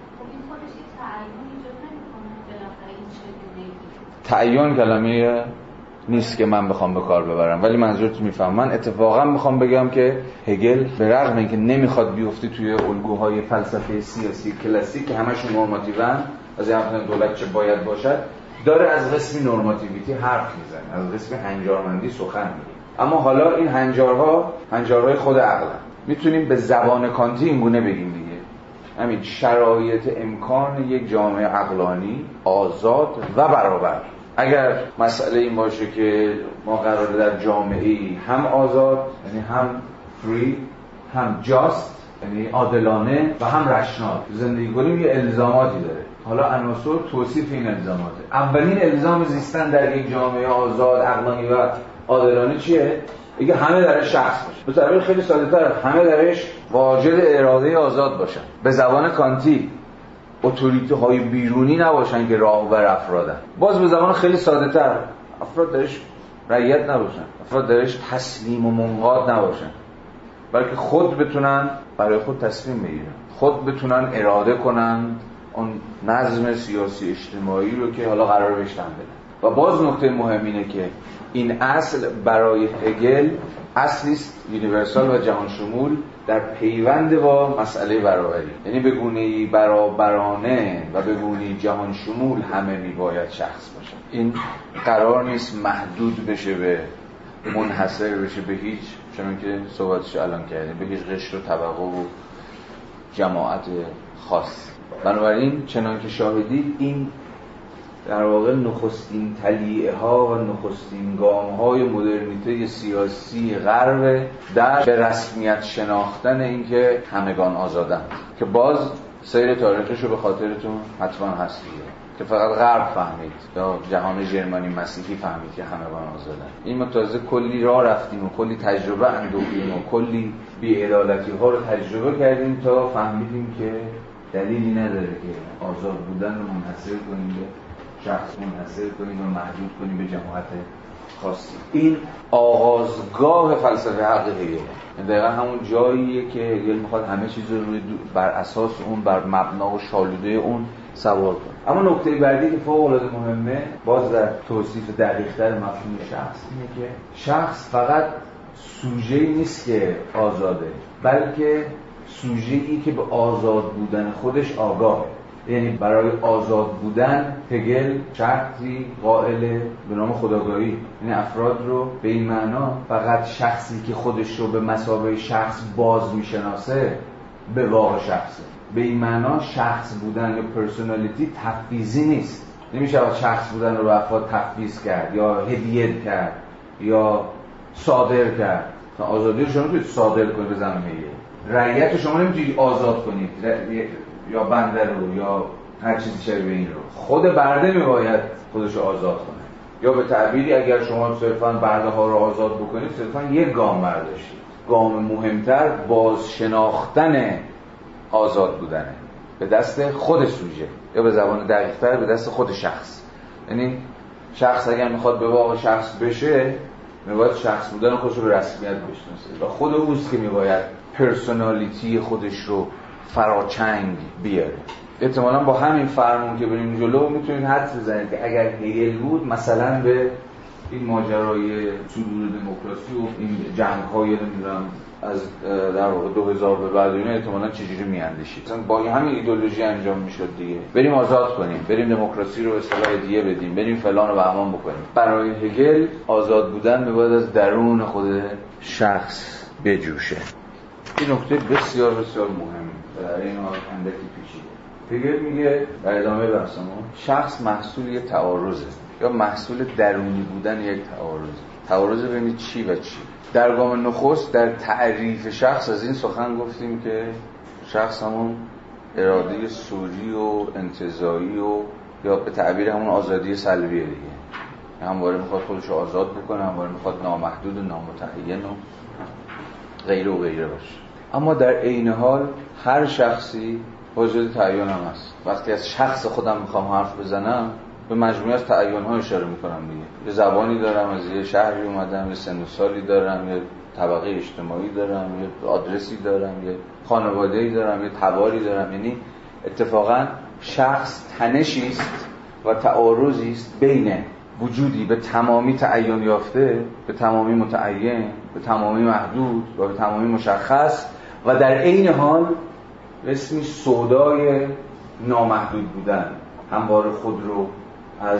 تعیین کلمه نیست که من بخوام به کار ببرم، ولی منظورت میفهمم. من اتفاقا میخوام بگم که هگل به رغم اینکه نمیخواد بیفته توی الگوهای فلسفه سیاسی کلاسیک که همشون نورماتیون، از این حرف دولت چه باید باشد، داره از قسم نورماتیویتی حرف میزنه، از قسم هنجارمندی سخن میگه. اما حالا این هنجارهای خود عقلن. میتونیم به زبان کانتی این گونه بگیم دیگه، همین شرایط امکان یک جامعه عقلانی آزاد و برابر. اگر مسئله این باشه که ما قراره در جامعه‌ای هم آزاد یعنی هم فری، هم جاست یعنی عادلانه و هم رشنال زندگی کنیم، یه الزاماتی داره. حالا عناصر توصیف این الزاماته. اولین الزام زیستن در یک جامعه آزاد، عقلانی و عادلانه چیه؟ دیگه همه درش شخص باشه. به تعبیر خیلی ساده‌تر همه درش واجد اراده آزاد باشن. به زبان کانتی اتوریته های بیرونی نباشن که راهبر افرادن. باز به زبان خیلی ساده‌تر افراد درش رعیت نباشن، افراد درش تسلیم و منقاد نباشن، بلکه خود بتونن برای خود تصمیم بگیرن، خود بتونن اراده کنن اون نظم سیاسی اجتماعی رو که حالا قراره بهش تن بدن. و باز نکته مهم اینه که این اصل برای هگل اصلی است یونیورسال و جهان شمول در پیوند با مسئله برابری، یعنی به گونه‌ای برابرانه و به گونه‌ای جهان شمول همه میباید شخص باشه. این قرار نیست محدود بشه به منحصر بشه به هیچ، چون که صحبتش الان کردیم، به هیچ قشر و طبقه و جماعت خاص. بنابراین چنان که شاهدید این در واقع نخستین تلیعه ها و نخستین گام های مدرنیته سیاسی غرب در به رسمیت شناختن اینکه همگان آزادند، که باز سیر تاریخش رو به خاطرتون حتما هست دیگه، که فقط غرب فهمید یا جهان ژرمنی مسیحی فهمید که همگان آزادند. این متازه کلی راه رفتیم و کلی تجربه اندوختیم و کلی بی‌عدالتی ها رو تجربه کردیم تا فهمیدیم که دلیلی نداره که آزاد بودن رو منحصر کنیم به شخص، منحصر کنیم و محدود کنیم به جماعت خاصی. این آغازگاه فلسفه حق هگل، دقیقا همون جاییه که هگل میخواد همه چیز رو بر اساس اون، بر مبنا و شالوده اون سوار کنه. اما نکته بعدی که فوق‌العاده مهمه باز در توصیف دقیق‌تر مفهوم شخص اینه که شخص فقط سوژه‌ای نیست که آزاده، بلکه سوژه‌ای که به آزاد بودن خودش آگاهه. یعنی برای آزاد بودن هگل شرطی قائل به نام خودآگاهی، یعنی افراد رو به این معنا فقط شخصی که خودش رو به مثابه شخص باز میشناسه به واقع شخصه. به این معنا شخص بودن یا پرسونالیتی تفویضی نیست. نمیشه شخص بودن رو به افراد تفویض کرد یا هدیه کرد یا صادر کرد. آزادی رو شما نمیتونید صادر کنید به زمینه رعیت، شما نمیتونید آزاد کنید یا بنده رو یا هر چیزی شبیه این رو. خود برده میباید خودش رو آزاد کنه، یا به تعبیری اگر شما صرفاً برده ها رو آزاد بکنید صرفاً یک گام برداشتید. گام مهمتر باز شناختن آزاد بودنه به دست خود سوژه، یا به زبان دقیق‌تر به دست خود شخص. یعنی شخص اگر میخواد به واقع شخص بشه میباید شخص بودن خودش رو به رسمیت بشناسه و خود اوست که میباید پرسونالیتی خودش رو فراچنگ بیاره. احتمالاً با همین فرمون که بریم جلو میتونید حدس بزنید که اگر هگل بود مثلا به این ماجرای صدور دموکراسی و این جنگ‌های نمیدونم از در واقع 2000 به بعد اینا احتمالاً چجوری میاندیشید. مثلا با همین ایدئولوژی انجام میشد دیگه، بریم آزاد کنیم، بریم دموکراسی رو به اصطلاح هدیه بدیم، بریم فلان و بهمان بکنیم. برای هگل آزاد بودن میباید از درون خود شخص بجوشه. این نکته بسیار بسیار مهمه در این حال اندکی پیچیده. هگل میگه در ادامه بحثمون شخص محصول یک تعارضه یا محصول درونی بودن یک تعارض بین چی و چی. در گام نخست در تعریف شخص از این سخن گفتیم که شخص همون اراده سوری و انتزاعی و یا به تعبیر همون آزادی سلبیه دیگه، همواره میخواد خودش رو آزاد بکنه، همواره میخواد نامحدود و نامتعین و غیره و غیره باشه. اما در عین حال هر شخصی وجود تعین هم هست. وقتی از شخص خودم میخوام حرف بزنم به مجموعه از تعین‌ها اشاره میکنم دیگه. یه زبانی دارم، از یه شهری اومدم، یه سن و سالی دارم، یه طبقه اجتماعی دارم، یه آدرسی دارم، یه خانواده‌ای دارم، یه تباری دارم. یعنی اتفاقا شخص تنشی است و تعارضی است بین وجودی به تمامی تعین یافته، به تمامی متعین، به تمامی محدود و به تمامی مشخص و در عین حال اسمی سودای نامحدود بودن، همواره خود رو از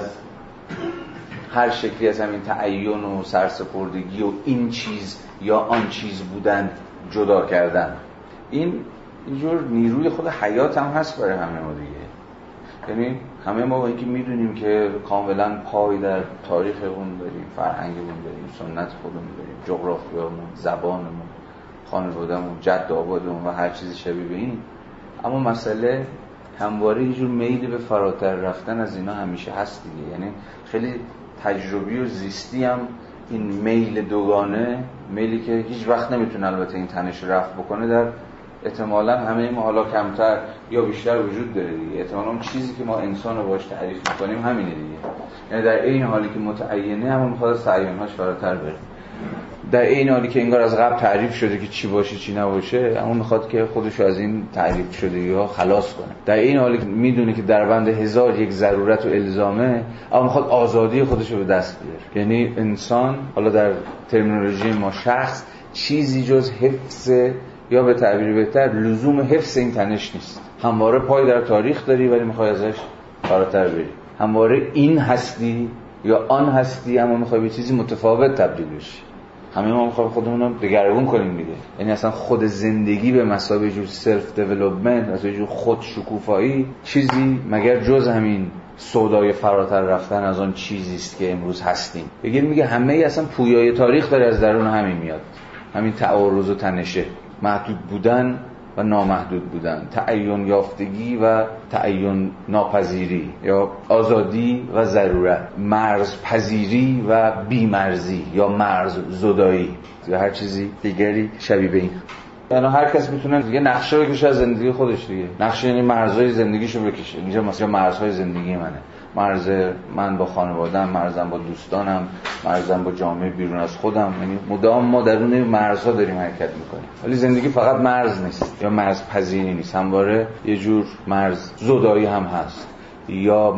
هر شکلی از همین تعین و سرسپردگی و این چیز یا آن چیز بودن جدا کردن. اینجور نیروی خود حیات هم هست برای همه ما دیگه. یعنی همه ما با اینکه میدونیم که کاملا پای در تاریخمون داریم، فرهنگمون داریم، سنت خودمون داریم، جغرافیامون، زبانمون، خانواده‌مون، جد آبادمون و هر چیزی شبیه به این، اما مسئله همواره یه جور میل به فراتر رفتن از اینا همیشه هست دیگه. یعنی خیلی تجربی و زیستی هم این میل دوگانه، میلی که هیچ وقت نمیتونه البته این تنش رفع بکنه، در احتمالاً همه ما حالا کمتر یا بیشتر وجود داره دیگه. احتمالاً اون چیزی که ما انسان رو باش تعریف میکنیم همینه دیگه. یعنی در این حالی که متعینه اما میخواد از تعین‌هاش فراتر بره. در این حالی که انگار از قبل تعریف شده که چی باشه چی نباشه، اما میخواد که خودشو از این تعریف شدگی ها خلاص کنه. در این حالی که میدونه که در بند 1000 یک ضرورت و الزامه، اما میخواد آزادی خودشو به دست بیاره. یعنی انسان، حالا در ترمینولوژی ما شخص، چیزی جز حفظ، یا به تعبیر بهتر لزوم حفظ این تنش نیست. همواره پای در تاریخ داری ولی میخوای ازش فراتر بری. همواره این هستی یا آن هستی، اما میخوای به چیزی متفاوت تبدیل بشی. همه ما میخوایم خودمون رو دگرگون کنیم دیگه. یعنی اصلا خود زندگی به مثابه جور سلف دیولپمنت، مثلا جور خود شکوفایی، چیزی مگر جز همین سودای فراتر رفتن از آن چیزی است که امروز هستیم. میگه همه ای اصلا پویای تاریخ داره از درون همین میاد. همین تعارض و تنشه، محدود بودن و نامحدود بودن، تعین یافتگی و تعین ناپذیری، یا آزادی و ضرورت، مرز پذیری و بیمرزی، یا مرز زدایی، یا هر چیزی دیگری شبیه به این. یعنی هر کس میتونه دیگه نقشه بکشه از زندگی خودش دیگه. نقشه یعنی مرزهای زندگیشو بکشه. اینجا مثلا مرزهای زندگی منه، مرز من با خانواده‌ام، مرزم با دوستانم، مرزم با جامعه بیرون از خودم. یعنی مدام ما درون مرزها داریم حرکت میکنیم. ولی زندگی فقط مرز نیست یا مرز پذیری نیست، همواره یه جور مرز زدایی هم هست یا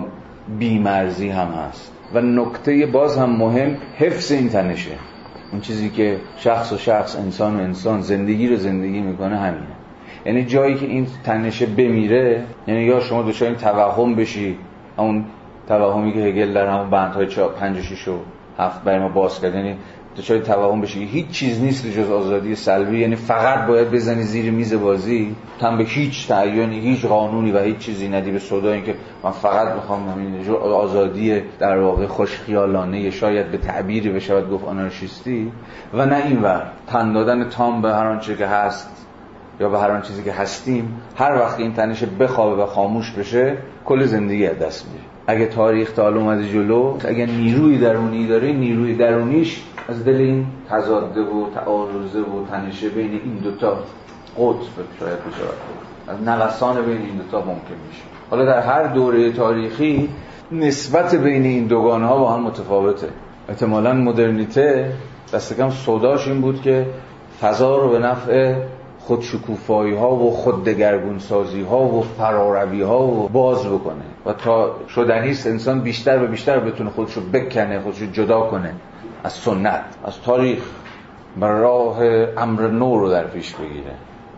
بیمرزی هم هست. و نکته باز هم مهم، حفظ این تنشه. اون چیزی که شخص و شخص، انسان و انسان زندگی رو زندگی میکنه همینه. یعنی جایی که این تنشه بمیره، یعنی یا شما دچار این توهم بشی، اون توهمی که هگل در همون بندهای 5 و 6 و 7 برای ما باز کرد، یعنی دچار توهم بشی هیچ چیز نیست جز آزادی سلبی، یعنی فقط باید بزنی زیر میز بازی، تن به هیچ تعیینی، هیچ قانونی و هیچ چیزی ندی، به سودا اینکه من فقط میخوام همین آزادی در واقع خوش خیالانه، شاید به تعبیری بشود گفت آنارشیستی، و نه اینور تن دادن تام به هر آنچه که هست یا به هر آن چیزی که هستیم. هر وقت این تنش بخوابه و خاموش بشه، کل زندگی از دست میره. اگه تاریخ تا الان اومده جلو، اگه نیروی درونی داره، نیروی درونیش از دل این تضاد و تعارض و تنشه بین این دوتا قطب شاید بشه، از نوسان بین این دوتا ممکن میشه. حالا در هر دوره تاریخی نسبت بین این دوگانه‌ها با هم متفاوته. احتمالاً مدرنیته دست کم سوداش این بود که فضا رو به نفع خود شکوفایی ها و خود دگرگون سازی ها و فراروی ها و باز بکنه و تا شدنیست انسان بیشتر و بیشتر بتونه خودشو بکنه، خودشو جدا کنه از سنت، از تاریخ، بر راه امر نو رو در پیش بگیره.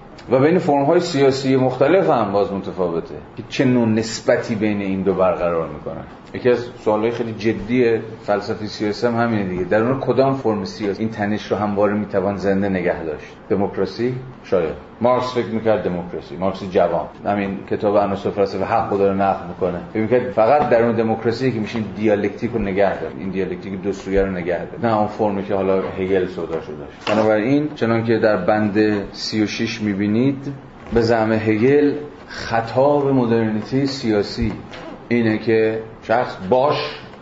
و بین فرم‌های سیاسی مختلف هم باز متفاوته که چه نوع نسبتی بین این دو برقرار میکنن. یکی از سوالهای خیلی جدی فلسفی سیاسی هم همینه دیگه، در اون کدام فرم سیاسی این تنش رو همواره میتوان زنده نگه داشت؟ دموکراسی؟ شاید. مارکس فکر میکرد دموکراسی، مارکس جوان همین کتاب عناصر فلسفه حق رو داره نقد میکنه، فکر میکرد فقط در اون دموکراسی که میشه دیالکتیک رو نگه داشت، این دیالکتیک دو سویه رو نگه داشت، نه اون فرمی که حالا هگل سوداشو داشت. بنابراین چنان که در بند 36 میبینید، به زعم هگل خطاب مدرنیته سیاسی اینه که شخص باش،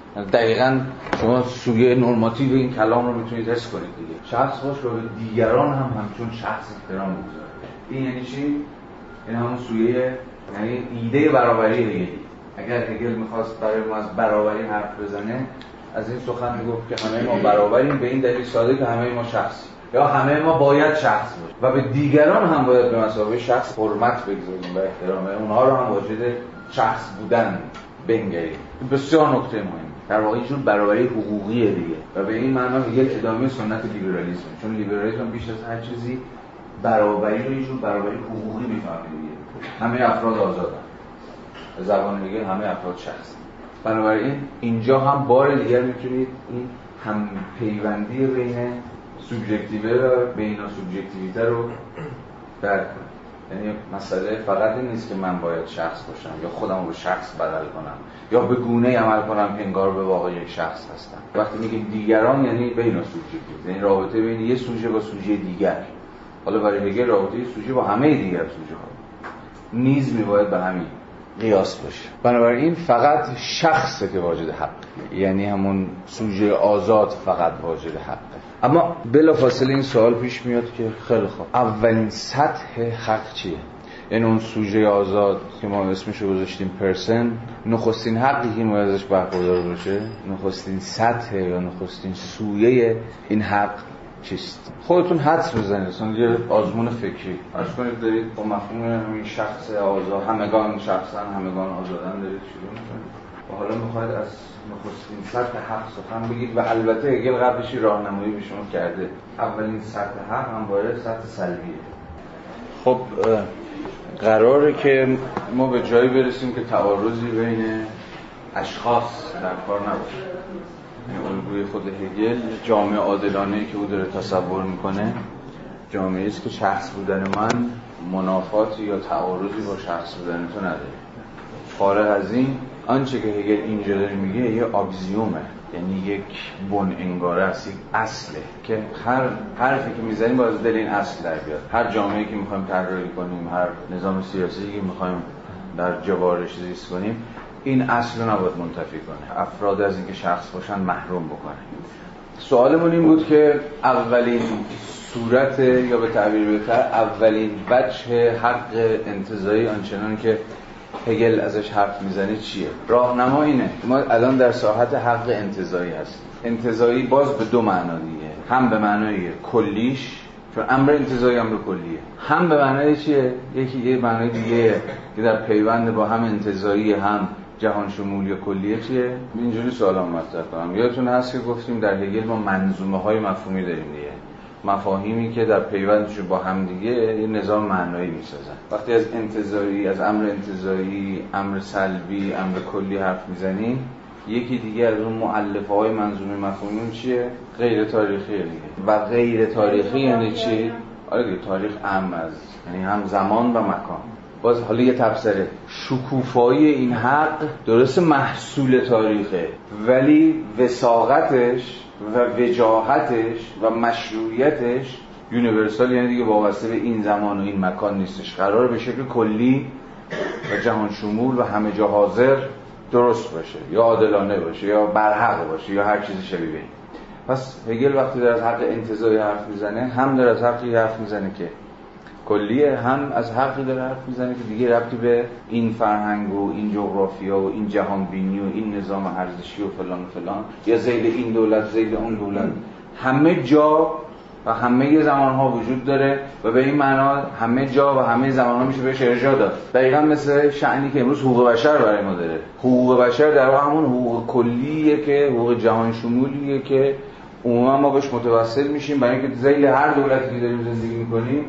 دقیقاً شما سویه نورماتیو این کلام رو میتونید حس کنید دیگه، شخص باش رو به دیگران هم همچون شخص احترام بگذاره. این یعنی چی؟ این همون سویه، یعنی ایده برابری هگلی. اگر هگل میخواست برای ما از برابری حرف بزنه، از این سخن میگفت که همه ما برابریم به این دلیل ساده که همه ما شخصیم، یا همه ما باید شخص باشیم و به دیگران هم باید به مثابه شخص حرمت بگذاریم و احترام اونها رو هم واجد شخص بودن بنگریم. بسیار نکته مهم، در واقع اینجور برابری حقوقیه دیگه، و به این معنا هگل ادامه سنت لیبرالیسم، چون لیبرالیسم بیش از هر چیزی برابری رو اینجور برابری حقوقی میفهمه دیگه. همه افراد آزادن، به زبان دیگه همه افراد شخص. بنابراین اینجا هم بار دیگر میتونید این هم پیوندی بین سوبژکتیوه و بین سوبژکتیویته رو درک کنید. یعنی مسئله فقط این نیست که من باید شخص باشم یا خودم رو به شخص بدل کنم یا به گونه عمل کنم انگار به واقع یک شخص هستم. وقتی میگیم دیگران یعنی بین سوبژکتیو، یعنی رابطه بین یه سوژه با سوژه دیگر. حالا برای هگل رابطه سوژه با همه دیگر سوژه ها نیز میباید به همین قیاس باشه. بنابراین فقط شخصه که واجد حق، یعنی همون سوژه آزاد فقط واجد حقه. اما بلافاصله این سوال پیش میاد که خیلی خوب، اولین سطح حق چیه؟ یعنی اون سوژه آزاد که ما اسمش رو گذاشتیم پرسن، نخستین حقی که ما ازش برخوردار باشه، نخستین سطح یا نخستین سویه این حق چیست. خودتون حدس بزنید، مثلا یه آزمون فکری فرض کنید دارید با مفهوم همین شخص آزاد، همگان شخصن، همگان آزادن دارید شروع می‌کنید و حالا می‌خواید از نخستین سطح حق سخن بگید و البته هگل قبلش راهنمایی به شما کرده اولین سطح حق همواره سطح سلبیه. خب قراره که ما به جایی برسیم که تعارضی بین اشخاص در کار نباشه. این الگوی خود هگل جامعه عادلانه‌ای که او داره تصور میکنه جامعه‌ای است که شخص بودن من منافاتی یا تعارضی با شخص بودن تو نداره. فارغ از این آنچه که هگل اینجا داره میگه یه آکسیومه، یعنی یک بن انگاره است، یک اصله که هر حرفی که میزنیم باید دل این اصل در بیاد. هر جامعه‌ای که میخوایم طراحی کنیم، هر نظام سیاسی که میخوایم در جوارش زیست کنیم، این اصل رو نباید منتفی کنه، افراد از اینکه شخص باشن محروم بکنه. سوالمون این بود که اولین صورت یا به تعبیر بهتر اولین وجه حق انتزاعی آنچنان که هگل ازش حرف میزنه چیه؟ راهنما اینه. ما الان در ساحت حق انتزاعی هستیم. انتزاعی باز به دو معنا دیگه، هم به معنای کلیش، چون امر انتزاعی امر کلیه، هم به معنای چیه؟ یه معنای دیگه که در پیوند با هم انتزاعی هم جهان شمولی کلیه چیه؟ اینجوری سوالا مطرح کنم. یادتون هست که گفتیم در هگل ما منظومه‌های مفهومی داریم دیگه، مفاهیمی که در پیوندشون با هم دیگه یه نظام معنایی میسازن. وقتی از انتزاعی، از امر انتزاعی، امر سلبی، امر کلی حرف میزنیم، یکی دیگه از اون مؤلفه‌های منظومه مفهومی چیه؟ غیر تاریخیه دیگه. و غیر تاریخی یعنی چی؟ آره دیگه، تاریخ عام از یعنی هم زمان و مکان. باز حالا یه تفسیره شکوفایی این حق درست محصول تاریخه، ولی وثاقتش و وجاهتش و مشروعیتش یونیورسال، یعنی دیگه وابسته به این زمان و این مکان نیستش. قراره به شکل کلی و جهان شمول و همه جا حاضر درست باشه، یا عادلانه باشه، یا برحق باشه، یا هر چیزی شبیه این. پس هگل وقتی داره از حق انتزاعی حرف میزنه، هم داره از حقی حرف میزنه که کلیه، هم از حقی داره حرف میزنه که دیگه ربطی به این فرهنگ و این جغرافیا و این جهان بینی و این نظام ارزشی و فلان و فلان، یا ذیل این دولت ذیل اون دولت، همه جا و همه زمانها وجود داره و به این معنا همه جا و همه زمانها میشه بهش ارجاع داد. دقیقاً مثل شأنی که امروز حقوق بشر برای ما داره. حقوق بشر در واقع همون حقوق کلیه که حقوق جهان شمولیه که عموما ما بهش متوسل میشیم برای اینکه ذیل هر دولتی که داریم زندگی میکنیم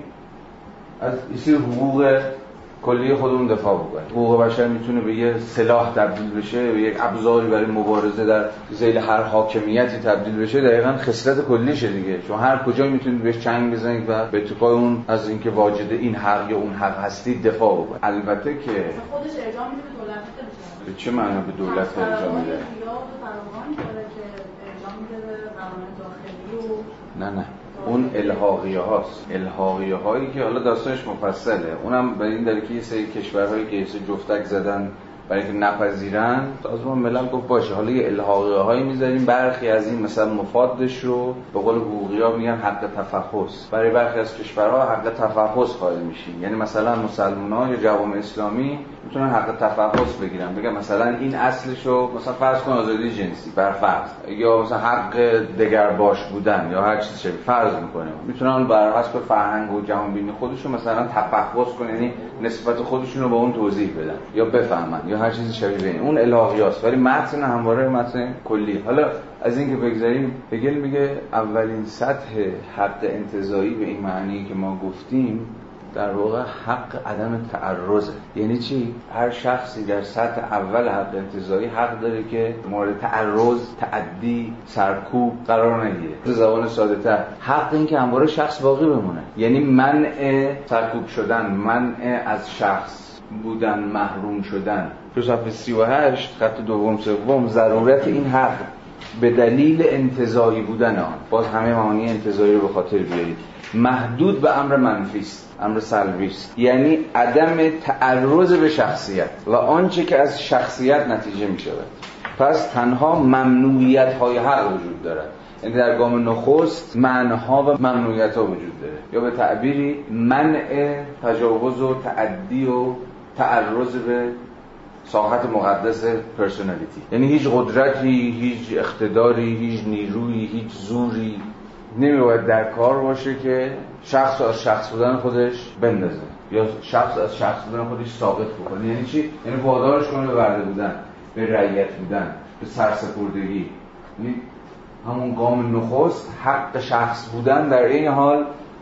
از این حقوق کلی خودمون دفاع بکنیم. حقوق بشر میتونه به یه سلاح تبدیل بشه، به یک ابزاری برای مبارزه در ذیل هر حاکمیتی تبدیل بشه. دقیقاً خصلت کلیشه دیگه. شما هر کجایی میتونید بهش چنگ بزنید و به اتفاق اون از اینکه واجد این حق یا اون حق هستید دفاع بکنید. البته که خودش ارجاع میده به دولت. به چه معنا به دولت ارجاع میده؟ یا فراوان داره که ارجاع میده به قوانین داخلی و نه اون الحاقیه هاست، الحاقیه هایی که حالا داستانش مفصله. اونم به این دلیل که یه سری کشورهایی که یه سری جفتک زدن برای اینکه نپذیرن، سازمان ملل گفت باشه حالا یه الحاقیه هایی میذاریم، برخی از این مثلا مفادش رو به قول حقوقی‌ها میگن حق تفحص، برای برخی از کشورها حق تفحص قائل میشیم. یعنی مثلا مسلمان‌ها یا جوامع اسلامی میتونن حق تفحص بگیرن، بگن مثلا این اصلشو مثلا فرض کن آزادی جنسی بر فرض، یا مثلا حق دگرباش بودن یا هر چیزی شبیه فرض میکنه، میتونن بر حسب فرهنگ و جهان بینی خودشون مثلا تفحص کنن، یعنی نسبت خودشون رو با اون توضیح بدن یا بفهمن یا هر چیزی شبیه این. اون الهیاست، ولی متن همواره متن کلی. حالا از این که بگذاریم، هگل میگه اولین سطح حق انتزاعی به این معنی که ما گفتیم در واقع حق عدم تعرضه. یعنی چی؟ هر شخصی در سطح اول حق انتزاعی حق داره که مورد تعرض، تعدی، سرکوب قرار نگیره. به زبان ساده‌تر حق این که همواره شخص باقی بمونه، یعنی منع سرکوب شدن، منع از شخص بودن، محروم شدن. تو صفحه 38 خط دوم سوم ضرورت این حق به دلیل انتزاعی بودن آن، باز همه معانی انتزاعی رو به خاطر بیارید، محدود به امر منفی است، امر سلبی است، یعنی عدم تعرض به شخصیت و آنچه که از شخصیت نتیجه می شود. پس تنها ممنوعیت های حق وجود دارد، یعنی در گام نخست معناها و ممنوعیت ها وجود داره، یا به تعبیری منع تجاوز و تعدی و تعرض به ساحت مقدس پرسونالیتی، یعنی هیچ قدرتی، هیچ اقتداری، هیچ نیرویی، هیچ زوری نمی‌باید در کار باشه که شخص از شخص بودن خودش بندازه یا شخص از شخص بودن خودش ثابت بکنه. یعنی چی؟ یعنی وادارش کنه به برده بودن، به رعیت بودن، به سرسپردگی. یعنی همون گام نخست حق شخص بودن در این حال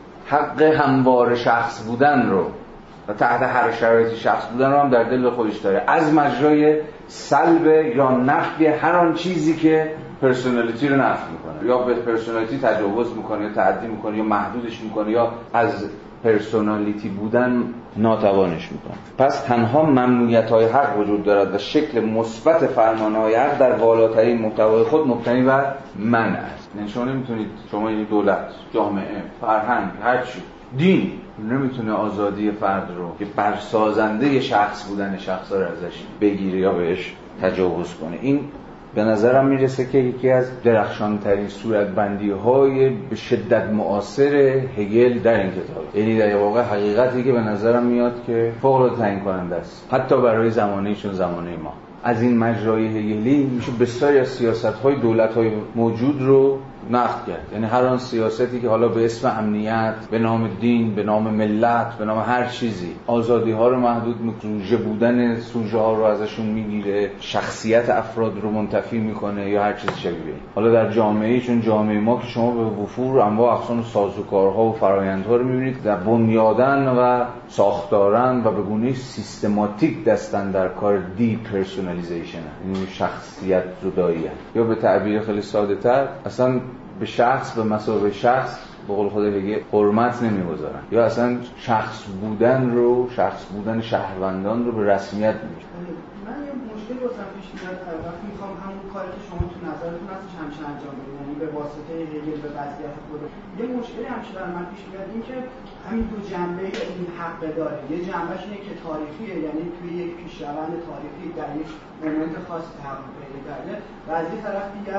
حق هموار شخص بودن رو و تحت هر شرایطی شخص بودن رو هم در دل خودش داره، از مجرای سلب یا نفی هر آن چیزی که پرسونالیتی رو نفی میکنه یا به پرسونالیتی تجاوز میکنه یا تعدی میکنه یا محدودش میکنه یا از پرسونالیتی بودن ناتوانش میکنه. پس تنها ممنوعیت‌های حق وجود دارد و شکل مثبت فرمان‌های حق در بالاترین محتوای خود مبتنی بر منع است. یعنی شما نمیتونید، شما این دولت، جامعه، فرهنگ، هر چی، دین نمیتونه آزادی فرد رو که برسازنده شخص بودن شخص رو ازش بگیره یا بهش تجاوز کنه. این به نظرم میرسه که یکی از درخشانترین صورتبندی‌های به شدت معاصر هگل در این کتاب، یعنی در واقع حقیقتی که به نظرم میاد که فوق‌العاده تعیین کننده است حتی برای زمانه‌ایشون، زمانه ما. از این مجرای هگلی میشه بسیاری از سیاست‌های دولت‌های موجود رو نقد کرد. یعنی هر آن سیاستی که حالا به اسم امنیت، به نام دین، به نام ملت، به نام هر چیزی آزادی‌ها رو محدود می‌کنه، بودن سوژه‌ها رو ازشون میگیره، شخصیت افراد رو منتفی میکنه یا هر چیز شبیه. حالا در جامعه، چون جامعه ما که شما به وفور انواع اقسام سازوکارها و فرآیندها رو می‌بینید در بنیادن و ساختارن و به گونه سیستماتیک دستن در کار دی پرسونالیزیشن، یعنی شخصیت زدایی، یا به تعبیر خیلی ساده‌تر اصلا به شخص به مثابه شخص به قول خود هگل حرمت نمی‌گذارن یا اصلا شخص بودن رو، شخص بودن شهروندان رو به رسمیت نمی‌شناسن. من یه مشکلی واسم پیش میاد وقتی میخوام همون کاری که شما تو نظرتون هست همیشه انجام بدید، یعنی به واسطه هگل به وضعیت خود یه مشکلی همیشه برای من پیش میاد، این که همین دو جنبه این حق داره. یه جنبهش اینه که تاریخیه، یعنی توی یک پیشروند تاریخی در یک مومنت خاصی تحقق پیدا کرده، و از این طرف دیگه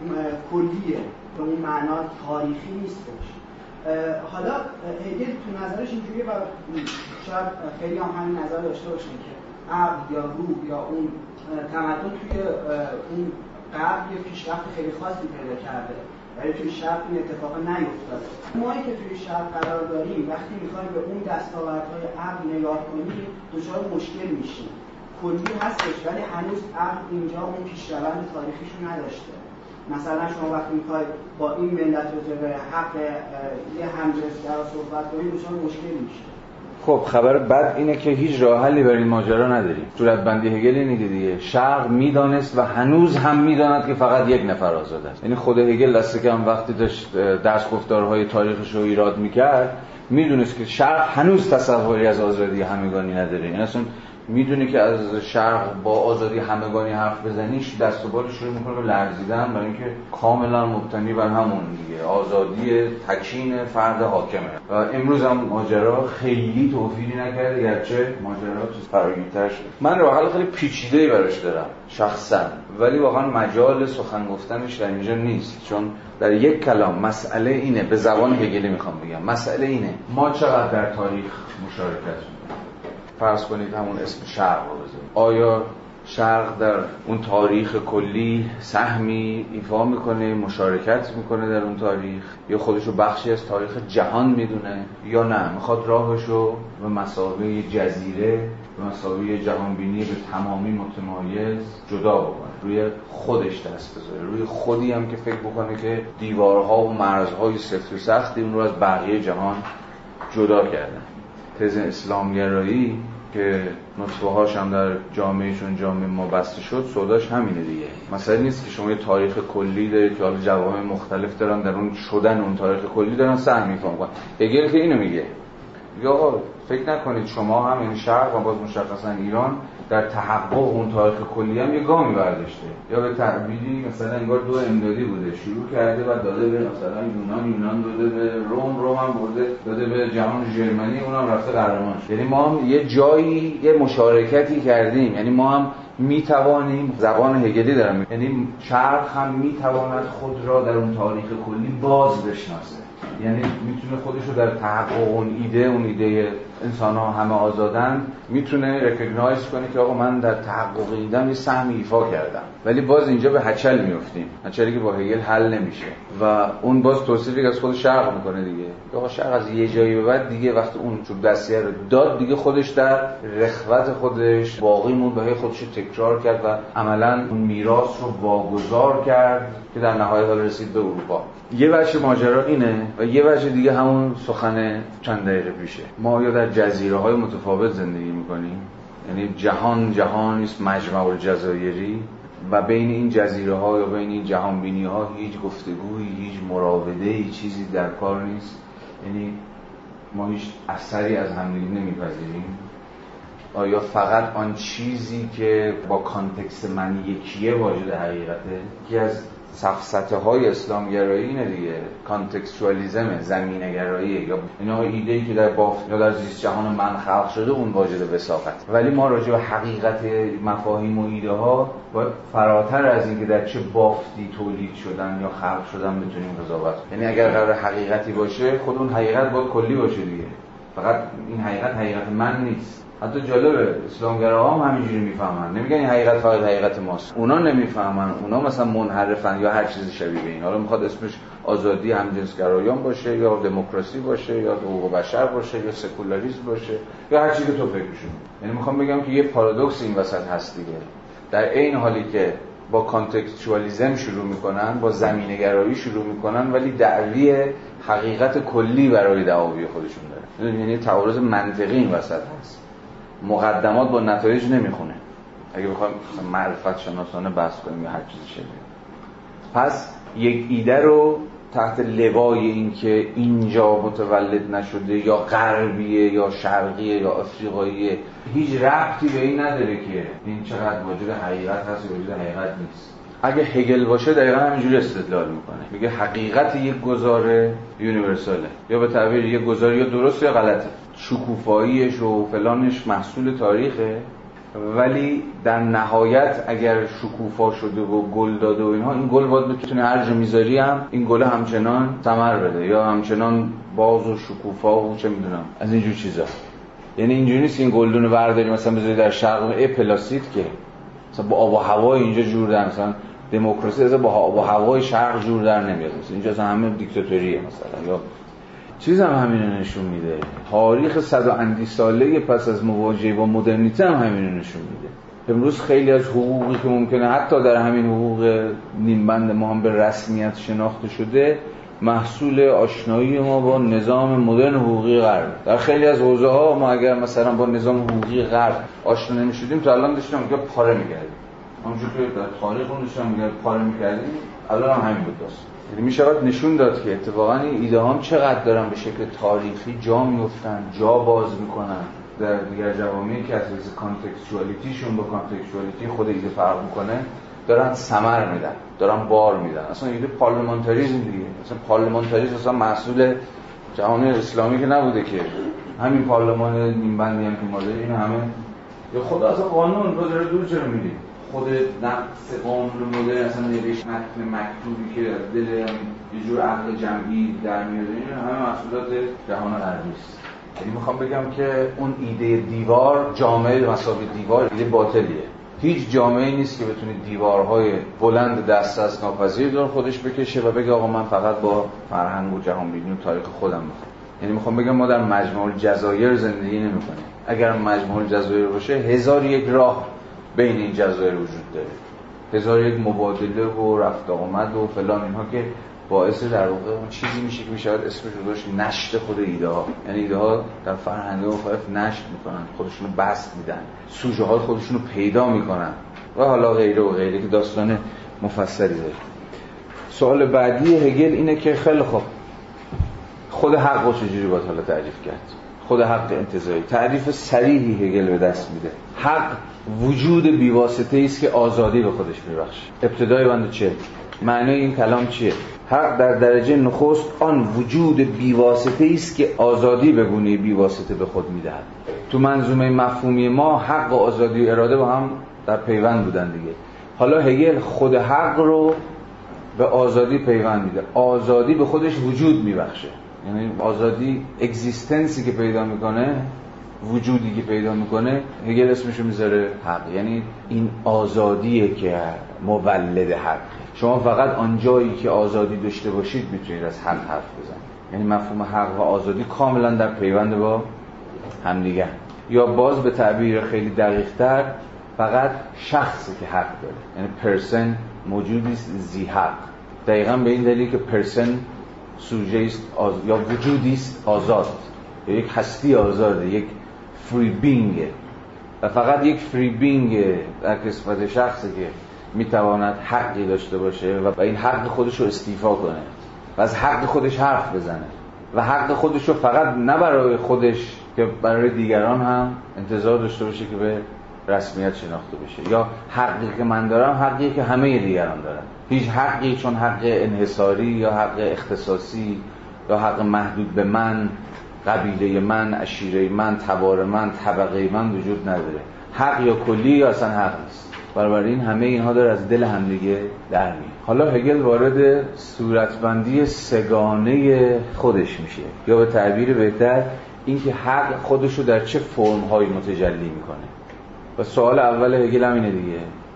کلیه به اون معنا تاریخی نیستش. حالا هگل تو نظرش اینجوریه و شاید خیلی هم همین نظر داشته باشن که عقل یا روح یا اون تمدن توی اون قبل یه پیشرفت خیلی خاصی پیدا کرده ولی توی شرق این اتفاق نیفتاده. مایی که توی شرق قرار داریم وقتی میخوایم به اون دستاوردهای عقل نگاه کنیم دچار مشکل میشیم. کلی هستش ولی هنوز عقل اینجا اون پیشروند تاریخیشو نداشته. مثلا شما وقتی میخواید با این ملت رو به حق یه همجنسگرا صحبت کنید دچار مشکل میشه. خب خبر بد اینه که هیچ راه حلی برای این ماجرا نداریم. صورتبندی هگل اینه دیگه، شرق میدانست و هنوز هم میداند که فقط یک نفر آزاد است. یعنی خود هگل دست کم وقتی داشت درس گفتارهای تاریخش رو ایراد میکرد میدونست که شرق هنوز تصوری از آزادی همگانی نداره. این اصلا میدونی که از شرق با آزادی همگانی حرف بزنیش دست و بال شروع میکنه به لرزیدن، برای اینکه کاملا مبتنی بر همون دیگه آزادی تکین فرد حاکمه. و امروز هم ماجرا خیلی توفیری نکرده، گرچه ماجرا چیز فراگیرتر شد. من راه حل خیلی پیچیده‌ای براش دارم شخصا، ولی واقعا مجال سخن گفتنش در اینجا نیست، چون در یک کلام مسئله اینه، به زبان هگلی میخوام بگم، مسئله اینه ما چقدر در تاریخ مشارکت می‌کنیم. فرض کنید همون اسم شرق رو بذارید. آیا شرق در اون تاریخ کلی سهمی ایفا میکنه، مشارکت میکنه در اون تاریخ، یا خودشو بخشی از تاریخ جهان میدونه، یا نه میخواد راهشو به مثابه جزیره، به مثابه جهانبینی به تمامی متمایز جدا بکنه، روی خودش دست بذاره، روی خودی هم که فکر بکنه که دیوارها و مرزهای سفت و سختی اون رو از بقیه جهان جدا کردن. تز اسلامگرایی که نطفه‌هاش هم در جامعهشون جامعه ما بسته شد، سوداش همینه دیگه. مثلا نیست که شما یه تاریخ کلی دارید که حالا جوامع مختلف دارن در اون شدن اون تاریخ کلی دارن سهم می‌کنن. هگل که اینو میگه، آقا فکر نکنید شما هم این شرق و باز مشخصا ایران در تحقق اون تاریخ کلی هم یه گامی برداشته، یا به تعبیری مثلا انگار دو امدادی بوده، شروع کرده و داده به مثلا یونان داده به روم هم برده داده به جهان ژرمنی، اونم رفته قهرمان شد. یعنی ما هم یه جایی یه مشارکتی کردیم، یعنی ما هم میتوانیم، زبان هگلی دارم، یعنی شرق هم میتواند خود را در اون تاریخ کلی باز بشناسه، یعنی میتونه خودش رو در تحقق اون ایده انسان‌ها همه آزادن میتونه ریکگنایز کنه که آقا من در تحقق ایدم یه سهمی ایفا کردم. ولی باز اینجا به هچل میافتیم، هچلی که با هگل حل نمیشه و اون باز توصیفی از خود شرق میکنه دیگه. آقا شرق از یه جایی به بعد دیگه وقتی اون چوب دستیه رو داد دیگه خودش در رخوت خودش باقی موند، به خودش تکرار کرد و عملاً اون میراث رو واگذار کرد که در نهایت رسید به اروپا. یه وجه ماجرا اینه و یه وجه دیگه همون سخن چند دقیقه پیشه. ما یا در جزیره‌های متفاوت زندگی می‌کنیم، یعنی جهان نیست مجمع الجزایری و بین این جزیره‌ها یا بین این جهانبینی‌ها هیچ گفتگویی، هیچ مراوده‌ای، چیزی در کار نیست. یعنی ما هیچ اثری از همدیگه نمی‌پذیریم. آیا فقط آن چیزی که با کانتکست من یکیه واجد حقیقته؟ که از سفسطه‌های اسلامگرایی اینه دیگه، کانتکستوالیسم، زمینه‌گرایی یا اینا ایده‌ای که در بافت یا در زیست جهان من خلق شده اون واجد وثاقت. ولی ما راجع به حقیقت مفاهیم و ایده‌ها باید فراتر از این که در چه بافتی تولید شدن یا خلق شدن بتونیم قضاوت کنیم. یعنی اگر قرار حقیقتی باشه خود اون حقیقت باید کلی باشه دیگه، فقط این حقیقت من نیست. حتی جالبه اسلامگراها هم همینجوری میفهمن، نمیگن این حقیقت فقط حقیقت ماست. اونا نمیفهمن، اونا مثلا منحرفن یا هر چیزی شبیه به این. حالا میخواد اسمش آزادی همجنسگرایان باشه یا دموکراسی باشه یا حقوق بشر باشه یا سکولاریسم باشه یا هر چیزی که تو فکرشون. یعنی میخوام بگم که یه پارادوکس این وسط هست دیگه. در این حالی که با کانتکستوالیسم شروع میکنن، با زمینه‌گرایی شروع میکنن، ولی دعوی حقیقت کلی برای دعاوی خودشون داره. یعنی تعارض منطقی این وسط هست. مقدمات با نتایج نمیخونه. اگه بخوایم معرفت شناسانه بحث کنیم یا هر چیزی شده. پس یک ایده رو تحت لوای این که اینجا متولد نشده یا غربیه یا شرقیه یا افریقاییه هیچ ربطی به این نداره که این چقدر وجود حقیقت هست یا وجود حقیقت نیست. اگه هگل باشه دقیقا همینجوری استدلال میکنه، میگه حقیقت یک گزاره یونیورساله، یا به تعبیر یک گزاره یا درست یا غلطه، شکوفاییش و فلانش محصول تاریخه، ولی در نهایت اگر شکوفا شده و گل داده و اینها، این گل باید بتونه هر جا میذاری هم این گل همچنان ثمر بده یا همچنان باز و شکوفا و چه میدونم از اینجور چیزا. یعنی اینجوری نیست این گلدون ورداری مثلا بذاری در شرق پلاستیک که مثلا با آب و هوای اینجا جور در، مثلا دموکراسی از با آب و هوای شرق جور در نمیاد، مثلا اینجا اصلا همه دیکتاتوریه مثلا، یا چیز هم همینو نشون میده. تاریخ 100 و اندی ساله پس از مواجهه با مدرنیته هم همینو نشون میده. امروز خیلی از حقوقی که ممکنه حتی در همین حقوق نیمبند ما هم به رسمیت شناخته شده، محصول آشنایی ما با نظام مدرن حقوقی غرب. در خیلی از حوزه‌ها ما اگر مثلا با نظام حقوقی غرب آشنا نمی‌شدیم تا الان داشتیم میگه پاره می‌کردیم. همونجوری که در تاریخ اون داشتیم میگه پاره می‌کردیم، الان هم همین بود داست. یعنی میشود نشون داد که اتفاقا این ایده هام چقدر دارن به شکل تاریخی جا میافتن، جا باز میکنن در دیگر جوامعی که از لحاظ کانتکستوالیتیشون با کانتکستوالیتی خود ایده فرق میکنه، دارن ثمر میدن، دارن بار میدن. اصلا ایده پارلمانتاریسم دیگه، اصلا پارلمانتاریسم اصلا محصول جهان اسلامی که نبوده که، همین پارلمان نیمبندی هم که ما داریم این همه یا خدا اصلا قانون رو داره دور چرا میدیم. خود نفس قانون مدرن اصلا نوشت متن مکتوبی که دل یه جور عقل جمعی در میاد، این همه محصولات جهان غربی است. یعنی میخوام بگم که اون ایده دیوار، جامعه به مثابه دیوار، ایده باطلیه. هیچ جامعه‌ای نیست که بتونه دیوارهای بلند دسترس ناپذیر دور خودش بکشه و بگه آقا من فقط با فرهنگ و جهانبینی و تاریخ خودم میخوام. یعنی میخوام بگم ما در مجمع الجزایر زندگی نمی‌کنیم. اگر مجمع الجزایر باشه 1001 راه بین این جزایر وجود داره، 1001 مبادله و رفت آمد و فلان اینها که باعث در واقع اون چیزی میشه که میشود اسمش رو داشت نشت خود ایده ها. یعنی ایده ها در فرهنگ مختلف نشت میکنن، خودشونو بسط میدن، سوژه های خودشونو پیدا میکنن و حالا غیره و غیره که داستان مفصلی داره. سوال بعدی هگل اینه که خیلی خوب خود حق رو چجوری باید حالا تعریف کرد؟ خود حق انتزاعی تعریف صریحی هگل به دست میده. حق وجود بیواسطه است که آزادی به خودش میبخشه. ابتدای بند چه؟ معنی این کلام چیه؟ حق در درجه نخست آن وجود بیواسطه است که آزادی به گونه بیواسطه به خود میدهد. تو منظومه مفهومی ما حق و آزادی و اراده با هم در پیوند بودن دیگه. حالا هگل خود حق رو به آزادی پیوند میده. آزادی به خودش وجود میبخشه. یعنی آزادی اگزیستنسی که پیدا میکنه وجودی که پیدا میکنه هگل اسمشو میذاره حق. یعنی این آزادیه که مولد حق. شما فقط آن جایی که آزادی داشته باشید میتونید از حق حرف بزنید. یعنی مفهوم حق و آزادی کاملا در پیوند با همدیگه. یا باز به تعبیر خیلی دقیق‌تر فقط شخصی که حق داره، یعنی پرسن موجودی است ذی حق. دقیقاً به این دلیل که پرسن سوژه است یا وجودی است آزاد، یا یک هستی آزاده، یک فری بینگه و فقط یک فری بینگ در قسمت شخصی که میتواند حقی داشته باشه و این حق خودش رو استیفا کنه و از حق خودش حرف بزنه و حق خودش رو فقط نه برای خودش که برای دیگران هم انتظار داشته باشه که به رسمیت شناخته بشه. یا حقی که من دارم حقی که همه دیگران دارن. هیچ حقی چون حق انحصاری یا حق اختصاصی یا حق محدود به من، قبیله من، عشیره من، تبار من، طبقه من وجود نداره. حق یا کلی یا اصلا حق نیست. بنابراین همه اینها داره از دل همدیگه در میاد. حالا هگل وارد صورتبندی سگانه خودش میشه، یا به تعبیر بهتر اینکه حق خودش رو در چه فرم‌هایی متجلی میکنه. و سوال اول هگل همینه دیگه،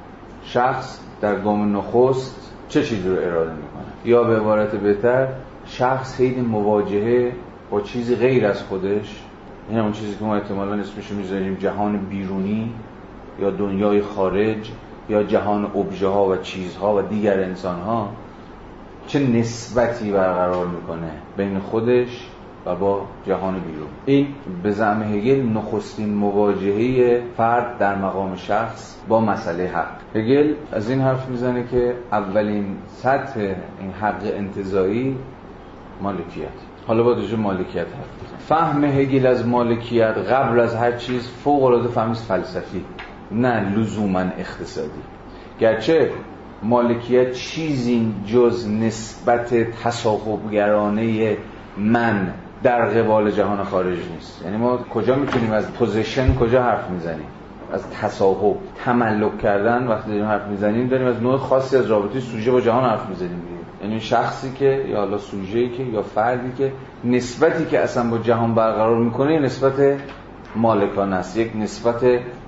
شخص در گام نخست چه چیزی رو اراده میکنه؟ یا به عبارت بهتر شخص حین مواجهه با چیزی غیر از خودش، این همون چیزی که ما احتمالاً اسمش رو میذاریم جهان بیرونی یا دنیای خارج یا جهان ابژه ها و چیزها و دیگر انسان ها، چه نسبتی برقرار میکنه بین خودش و با جهان بیرون. این به زعم هگل نخستین مواجهه فرد در مقام شخص با مسئله حق. هگل از این حرف میزنه که اولین سطح این حق انتزاعی مالکیت. حالا با دوجه مالکیت حرف. فهم هگل از مالکیت قبل از هر چیز فوق العاده فهمی فلسفی، نه لزوما اقتصادی. گرچه مالکیت چیزی جز نسبت تصاحبگرانه من در قبال جهان خارج نیست. یعنی ما کجا میتونیم از پوزیشن کجا حرف میزنیم؟ از تصاحب، تملک کردن. وقتی داریم حرف میزنیم داریم از نوع خاصی از رابطه سوژه با جهان حرف میزنیم. یعنی شخصی که یا حالا سوژه‌ای که یا فردی که نسبتی که اصلا با جهان برقرار میکنه نسبت مالکانه است، یک نسبت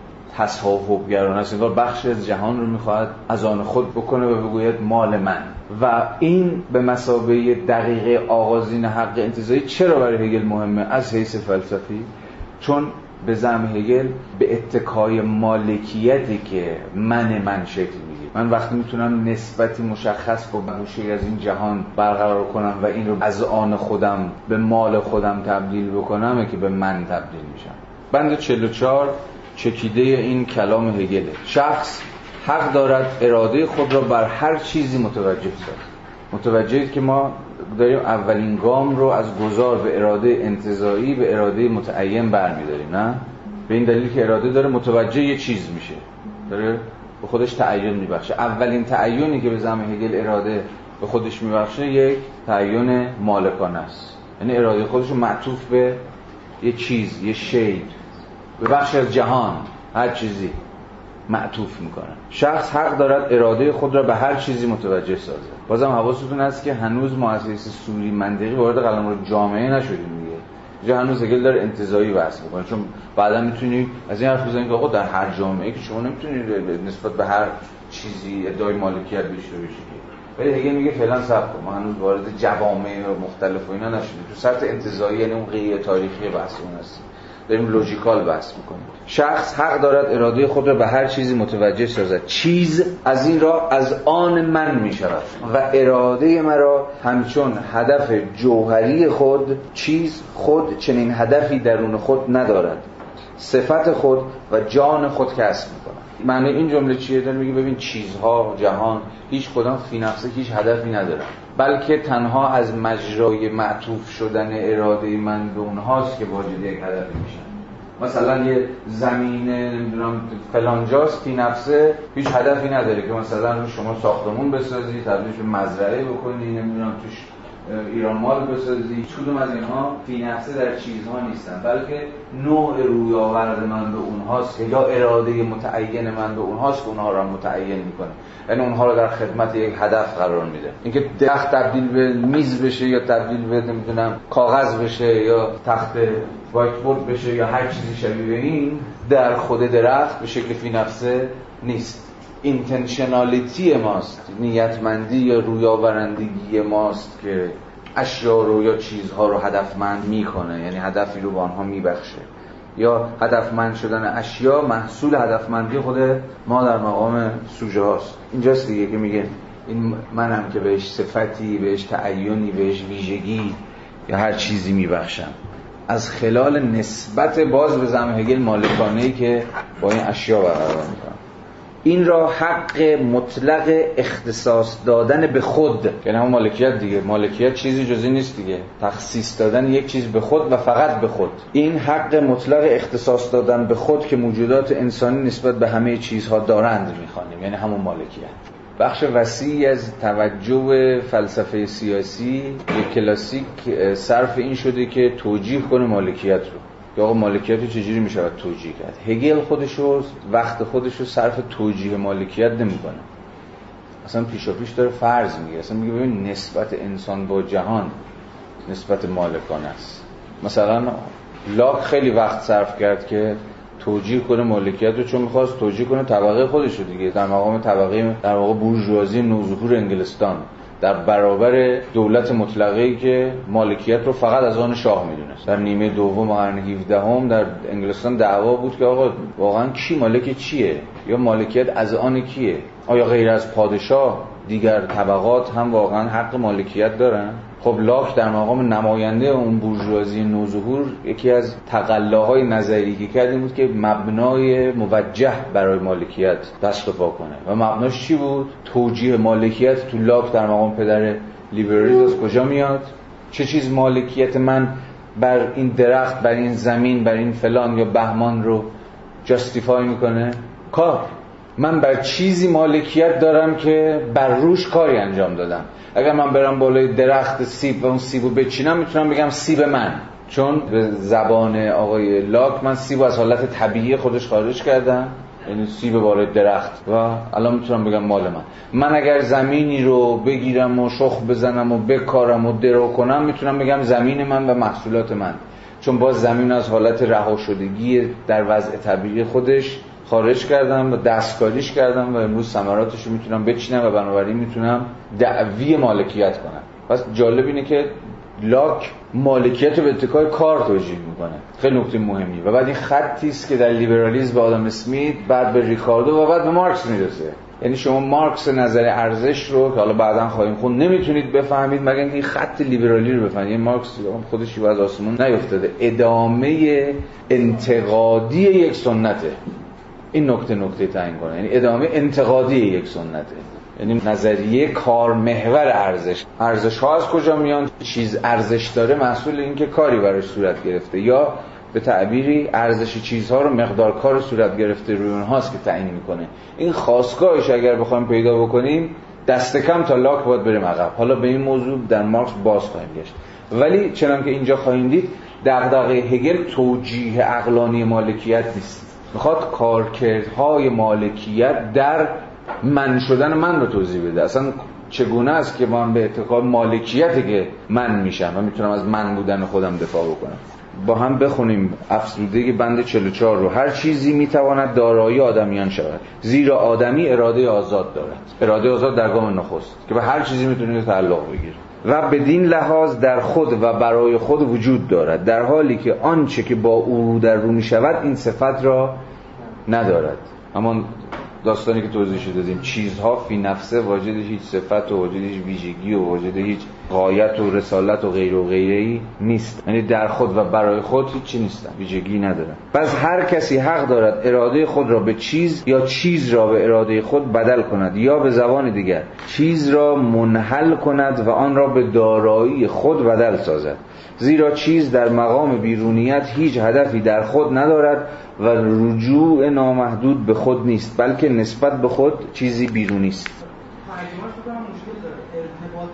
تصاحبگرانه است. انگار بخشی از جهان رو میخواهد از آن خود بکنه و بگوید مال من. و این به مثابه دقیقه آغازین حق انتزاعی چرا برای هگل مهمه از حیث فلسفی؟ چون به زعم هگل به اتکای مالکیتی که من شکل میگیره. من وقتی میتونم نسبتی مشخص با گوشه از این جهان برقرار کنم و این رو از آن خودم به مال خودم تبدیل بکنم که به من تبدیل میشم. بند 44 چکیده این کلام هگله. شخص حق دارد اراده خود را بر هر چیزی متوجه سازد. متوجهید که ما داریم اولین گام رو از گذار به اراده انتزاعی به اراده متعین برمی‌داریم، نه؟ به این دلیل که اراده داره متوجه یه چیز میشه، داره به خودش تعین میبخشه. اولین تعیینی که به زعم هگل اراده به خودش میبخشه یک تعین مالکانه است. یعنی اراده خودش رو معطوف به یه چیز، یه شی، به بخش از جهان، هر چیزی معطوف میکنه. شخص حق دارد اراده خود را به هر چیزی متوجه سازد. بازم حواستون هست که هنوز ما از حیث سوری منطقی وارد قلمرو جامعه نشدیم دیگه. جا هنوز هگل داره انتزاعی بحث میکنه، چون بعدا میتونیم از این حرف بزنیم که آقا در هر جامعه که شما نمیتونید نسبت به هر چیزی ادعای مالکیت داشته باشید. ولی هگل میگه فعلا صبر کن، ما هنوز وارد جوامع مختلف و اینا نشدیم. تو سطح انتزاعی یعنی اون قیه تاریخی بحثمون هستیم. داریم لوژیکال بحث میکنیم. شخص حق دارد اراده خود را به هر چیزی متوجه سازد. چیز از این را از آن من میشود و اراده مرا همچون هدف جوهری خود، چیز خود چنین هدفی درون خود ندارد. صفت خود و جان خود کسب میکنه. معنی این جمله چیه؟ داره میگه ببین چیزها، جهان هیچ کدام فی نفسه هیچ هدفی ندارن، بلکه تنها از مجرای معطوف شدن اراده من به اونهاست که واجد یک هدفی میشن. مثلا یه زمینه نمیدونم فلان جاست فی نفسه هیچ هدفی نداره که مثلا شما ساختمون بسازی، تبدیلش به مزرعه بکنی، نمیدونم توش ایران مال بسازی، هیچ کدوم از اینها فی نفسه در چیزها نیستن، بلکه نوع روی آورد من به اونهاست یا اراده متعین من به اونهاست که اونها را متعین میکنه، یعنی اونها را در خدمت یک هدف قرار میده. اینکه درخت تبدیل به میز بشه یا تبدیل به نمیدونم کاغذ بشه یا تخت وایت بورد بشه یا هر چیزی شبیه به این، در خود درخت به شکل فی نفسه نیست. اینتنشنالیتی ماست، نیتمندی یا رویاورندگی ماست که اشیا رو یا چیزها رو هدفمند میکنه، یعنی هدفی رو به آنها میبخشه، یا هدفمند شدن اشیا محصول هدفمندی خود ما در مقام سوژه هاست. اینجاست دیگه که میگه این منم که بهش صفتی، بهش تعینی، بهش ویژگی یا هر چیزی میبخشم، از خلال نسبت باز به زعم هگل مالکانه‌ای که با این اشیا برقرار میکنم. این را حق مطلق اختصاص دادن به خود، یعنی همون مالکیت دیگه، مالکیت چیزی جزئی نیست دیگه، تخصیص دادن یک چیز به خود و فقط به خود. این حق مطلق اختصاص دادن به خود که موجودات انسانی نسبت به همه چیزها دارند میخوانیم، یعنی همون مالکیت. بخش وسیعی از توجه فلسفه سیاسی یک کلاسیک صرف این شده که توجیه کنه مالکیت رو، که آقا مالکیت رو چجوری میشود توجیه کرد. هگل خودشو وقت خودشو صرف توجیه مالکیت نمیکنه، اصلا پیشاپیش داره فرض میگه، اصلا میگه ببین نسبت انسان با جهان نسبت مالکانه است. مثلا لاک خیلی وقت صرف کرد که توجیه کنه مالکیت رو، چون میخواست توجیه کنه طبقه خودش رو دیگه، در مقام طبقه در واقع بورژوازی نوظهور انگلستان در برابر دولت مطلقه‌ای که مالکیت رو فقط از آن شاه میدونست. در نیمه دوم قرن 17 در انگلستان دعوا بود که آقا واقعا کی مالک چیه، یا مالکیت از آن کیه، آیا غیر از پادشاه دیگر طبقات هم واقعا حق مالکیت دارن؟ خب لاک در مقام نماینده اون بورژوازی نوظهور یکی از تقلاهای نظری که کرد این بود که مبنای موجه برای مالکیت دست و پا کنه، و مبناش چی بود؟ توجیه مالکیت. تو لاک در مقام پدر لیبرالیسم از کجا میاد؟ چه چیز مالکیت من بر این درخت، بر این زمین، بر این فلان یا بهمان رو جاستیفای میکنه؟ کار. من بر چیزی مالکیت دارم که بر روش کاری انجام دادم. اگر من برم بالای درخت سیب و اون سیبو بچینم میتونم بگم سیب من، چون به زبان آقای لاک من سیبو از حالت طبیعی خودش خارج کردم، یعنی سیب بالای درخت، و الان میتونم بگم مال من اگر زمینی رو بگیرم و شخ بزنم و بکارم و درو کنم میتونم بگم زمین من و محصولات من، چون باز زمین از حالت رها شدگی در وضع طبیعی خودش خارج کردم و دستکاریش کردم و امروز ثمراتش رو میتونم بچینم و بنابراین میتونم دعوی مالکیت کنم. پس جالب اینه که لاک مالکیت رو به اتکای کار توجیه میکنه، خیلی نکته مهمی. و بعد این خطی است که در لیبرالیسم به آدم اسمیت، بعد به ریکاردو و بعد به مارکس میرسه. یعنی شما مارکس نظر ارزش رو که حالا بعداً خواهیم خوند نمیتونید بفهمید مگر اینکه این خط لیبرالی رو بفهمید. یعنی مارکس خودش از آسمون نیفتاده، ادامه انتقادی یک سنته. این نکته تعیین کنه، یعنی ادامه انتقادی یک سنته، یعنی نظریه کارمحور ارزش ها از کجا میان؟ چیز ارزش داره محصول این که کاری براش صورت گرفته، یا به تعبیری ارزش چیزها رو مقدار کار صورت گرفته روی اونهاست که تعیین میکنه. این خاستگاهش اگر بخوایم پیدا بکنیم دست کم تا لاک باید بریم عقب. حالا به این موضوع در مارکس باز خواهیم گشت، ولی چنان که اینجا خواهیم دید دغدغه هگل توجیه عقلانی مالکیت نیست، میخواد کارکردهای مالکیت در من شدن من رو توضیح بده. اصلا چگونه است که من به اعتقاد مالکیتی که من میشم و میتونم از من بودن خودم دفاع بکنم. با هم بخونیم افسردگی بند 44 رو. هر چیزی میتواند دارایی آدمیان شود، زیرا آدمی اراده آزاد دارد. اراده آزاد در گام نخست که به هر چیزی میتونه تعلق بگیره و بدین لحاظ در خود و برای خود وجود دارد، در حالی که آنچه که با او در رو میشود این صفت را ندارد. اما داستانی که توضیح دادیم، چیزها فی نفسه واجد هیچ صفت و واجد هیچ ویژگی و واجد هیچ غایت و رسالت و غیر و غیره‌ای نیست، یعنی در خود و برای خود هیچی نیستن، ویژگی ندارن. پس هر کسی حق دارد اراده خود را به چیز یا چیز را به اراده خود بدل کند، یا به زبان دیگر چیز را منحل کند و آن را به دارایی خود بدل سازد. زیرا چیز در مقام بیرونیت هیچ هدفی در خود ندارد و رجوع نامحدود به خود نیست، بلکه نسبت به خود چیزی بیرونی است. ترجمه‌اش بکنم مشکل داره. ارتباط با خود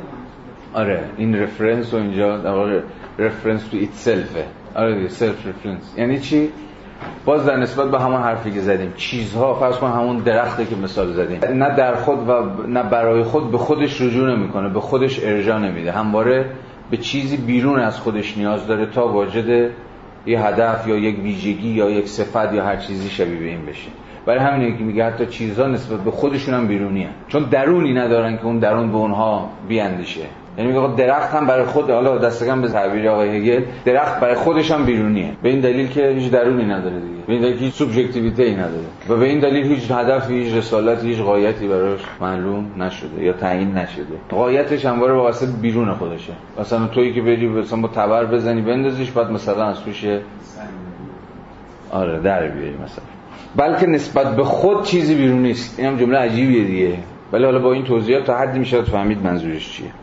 آره این رفرنس و اینجا در واقع رفرنس تو ایتسلفه. آره دیگه سلف رفرنس یعنی چی؟ باز در نسبت به همون حرفی که زدیم، چیزها فرض کن همون درختی که مثال زدیم، نه در خود و نه برای خود به خودش رجوع نمیکنه، به خودش ارجاع نمیده، همواره به چیزی بیرون از خودش نیاز داره تا واجد یه هدف یا یک ویژگی یا یک صفت یا هر چیزی شبیه به این بشه. برای همینه که میگه حتی چیزها نسبت به خودشون هم بیرونی هستن، چون درونی ندارن که اون درون به اونها بیاندیشه. یعنی میگه درخت هم برای خود، حالا دست کم به تعبیر آقای هگل، درخت برای خودش هم بیرونیه، به این دلیل که هیچ درونی نداره دیگه، به این دلیل که هیچ سوبژکتیویته‌ای نداره و به این دلیل هیچ هدفی، هیچ رسالتی، هیچ غایتی براش معلوم نشده یا تعیین نشده. غایتش همواره واسه بیرون خودشه. مثلا تویی که بری مثلا با تبر بزنی بندازیش، بعد مثلا از توش آره در بیاری مثلا، بلکه نسبت به خود چیزی بیرون نیست. اینم جمله عجیبیه دیگه، ولی حالا با این توضیحات تا حدی میشه فهمید منظورش چیه.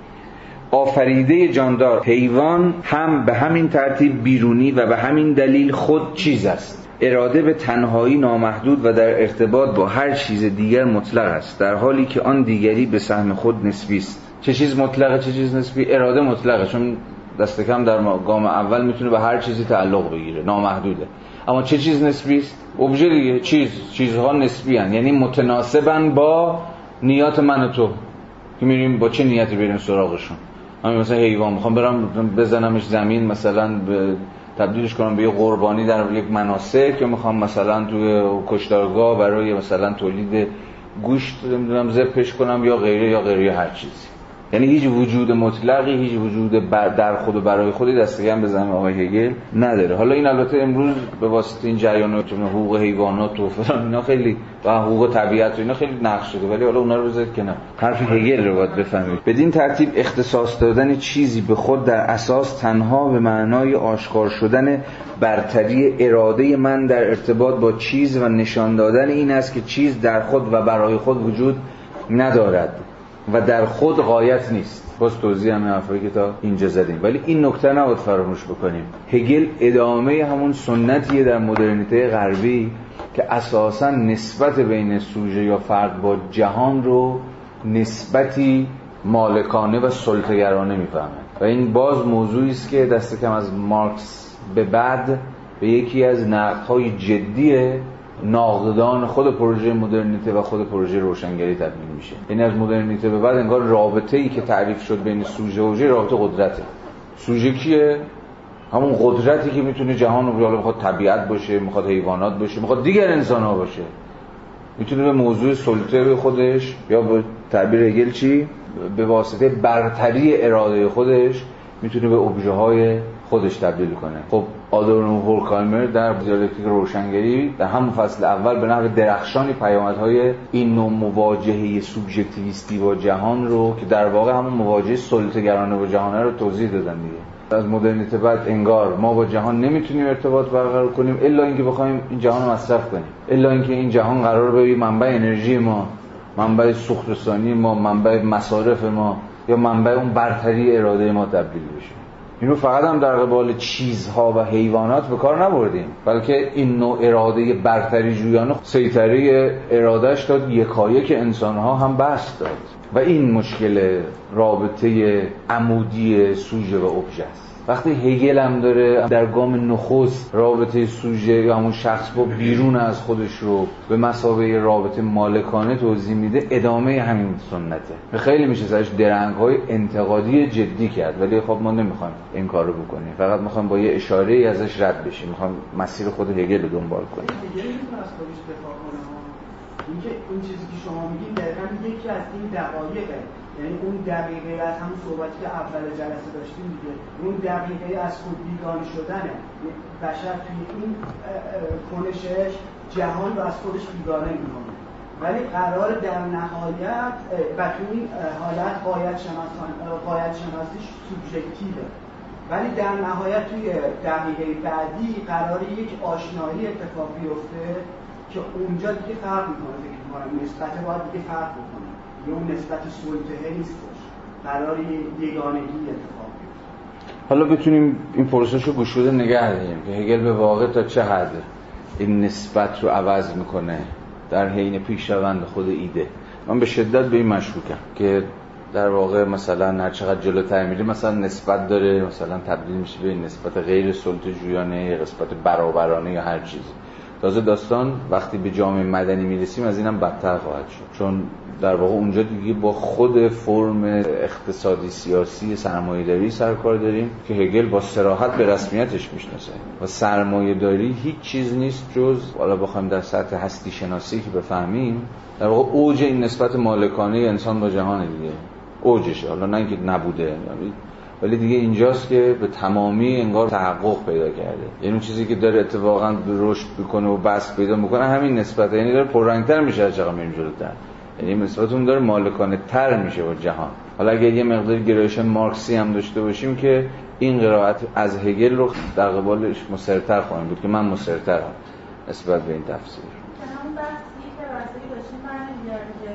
آفریده جاندار حیوان هم به همین ترتیب بیرونی و به همین دلیل خود چیز است. اراده به تنهایی نامحدود و در ارتباط با هر چیز دیگر مطلق است، در حالی که آن دیگری به سهم خود نسبی است. چه چیز مطلقه چه چیز نسبی؟ اراده مطلقه، چون دست کم در گام اول میتونه به هر چیزی تعلق بگیره، نامحدوده. اما چه چیز نسبی است؟ ابژه دیگه، چیزها نسبی هستند، یعنی متناسبن با نیات من و تو که میریم با چه نیتی بریم سراغشون. من مثلا حیوان میخوام برم بزنمش زمین، مثلا تبدیلش کنم به یه قربانی در یک مناسک، یا میخوام مثلا توی کشتارگاه برای مثلا تولید گوشت نمیدونم ذبحش کنم یا غیره هر چیزی. یعنی هیچ وجود مطلقی، هیچ وجود در خود و برای خودی دستگم به زمین آقای هگل نداره. حالا این البته امروز به واسطه این جریانات حقوق حیوانات و فلان اینا خیلی و حقوق طبیعت و اینا خیلی نقش شده، ولی حالا اونا رو بذارید کنار. حرف هگل رو باید بفهمید. بدین ترتیب اختصاص دادن چیزی به خود در اساس تنها به معنای آشکار شدن برتری اراده من در ارتباط با چیز و نشان دادن این است که چیز در خود و برای خود وجود ندارد و در خود غایت نیست. باز توضیح همین حرفایی که تا اینجا زدیم، ولی این نکته نباید فراموش بکنیم. هگل ادامه همون سنتیه در مدرنیته غربی که اساساً نسبت بین سوژه یا فرد با جهان رو نسبتی مالکانه و سلطه‌گرانه میفهمه و این باز موضوعی است که دست کم از مارکس به بعد به یکی از نقدهای جدی ناقدان خود پروژه مدرنیته و خود پروژه روشنگری تبدیل میشه. یعنی از مدرنیته به بعد انگار رابطه‌ای که تعریف شد بین سوژه و اوژه رابطه قدرته. سوژه کیه؟ همون قدرتی که میتونه جهان رو حالا میخواد طبیعت باشه، میخواد حیوانات باشه، میخواد دیگر انسان‌ها باشه، میتونه به موضوع سلطه خودش یا به تعبیر هگل چی؟ به واسطه برتری اراده خودش میتونه به ابژه‌های خودش تبدیل کنه. خب آدورنو و هورکهایمر در دیالکتیک روشنگری در همون فصل اول به نحو درخشانی پیامدهای این نوع مواجهه سوبژکتیویستی با جهان رو که در واقع همون مواجهه سلطه‌گرانه با جهان رو توضیح دادن دیگه. از مدرنیته بعد انگار ما با جهان نمیتونیم ارتباط برقرار کنیم الا اینکه بخوایم این جهان رو مصرف کنیم، الا اینکه این جهان قرار به منبع انرژی ما، منبع سوخت رسانی ما، منبع مصارف ما یا منبع اون برتری اراده ما تبدیل بشه. اینو فقط هم در قبال چیزها و حیوانات به کار نبردیم، بلکه این نوع اراده برتری جویانه سیطره ارادهش داد یکایک انسانها هم بست داد و این مشکل رابطه عمودی سوژه و ابژه است. وقتی هگل هم داره در گام نخست رابطه سوژه یا همون شخص با بیرون از خودش رو به مثابه رابطه مالکانه توضیح میده، ادامه همین سنته. خیلی میشه سرش درنگ‌های انتقادی جدی کرد، ولی خب ما نمیخوایم این کار رو بکنیم، فقط میخوایم با یه اشاره‌ای ازش رد بشیم، میخوایم مسیر خود هگل رو دنبال کنیم. هگل میتونه از خودش دفاع کنه. اینکه این چیزی که شما میگین دقیقاً یکی از این دقایقه، یعنی اون دقیقه از همون صحبتی که اول جلسه داشتیم دیگه، اون دقیقه از خود بیگانه شدنه. بشر توی این کنشش جهان رو از خودش بیگانه می‌کنه، ولی قرار در نهایت و توی این حالت غایت شناسیش سوبژکتیوه، ولی در نهایت توی دقیقه بعدی قرار یک آشنایی اتفاق بیفته که اونجا دیگه فرق می‌کنه. فکر می‌کنم نسبت باید دیگه فرق بکنه، یا اون نسبت سلطه‌ای نیستش، قرار یگانگی اتفاق بیفته. حالا بتونیم این پروسش رو گشوده نگه داریم که هگل به واقع تا چه حد این نسبت رو عوض میکنه در حین پیشروند خود ایده. من به شدت به این مشکوکم که در واقع مثلا هر چقدر جلوتر میری مثلا نسبت داره، مثلا تبدیل میشه به نسبت غیر سلطه‌جویانه یا نسبت برابرانه یا هر چیزی. تازه داستان وقتی به جامعه مدنی میرسیم از اینم بدتر خواهد شد، چون در واقع اونجا دیگه با خود فرم اقتصادی سیاسی سرمایه‌داری سرکار داریم که هگل با صراحت به رسمیتش میشناسه و سرمایه‌داری هیچ چیز نیست جز، حالا بخوایم در سطح هستی شناسی که بفهمیم، در واقع اوج این نسبت مالکانه انسان با جهان دیگه، اوجشه. حالا نه اینکه نبوده، ولی دیگه اینجاست که به تمامی انگار تحقق پیدا کرده. یعنی اون چیزی که داره اتفاقا رشد میکنه و بس پیدا میکنه همین نسبت، یعنی داره پررنگتر میشه هر چقدر میریم جلوتر، یعنی نسبت اون داره مالکانه تر میشه با جهان. حالا اگه یه مقدار گرایش مارکسی هم داشته باشیم که این قرائت از هگل رو در قبالش مصرتر خواهیم بود که من مصرترم نسبت به این تفسیر. همون بحثی که واسه داشتیم برمیگرده که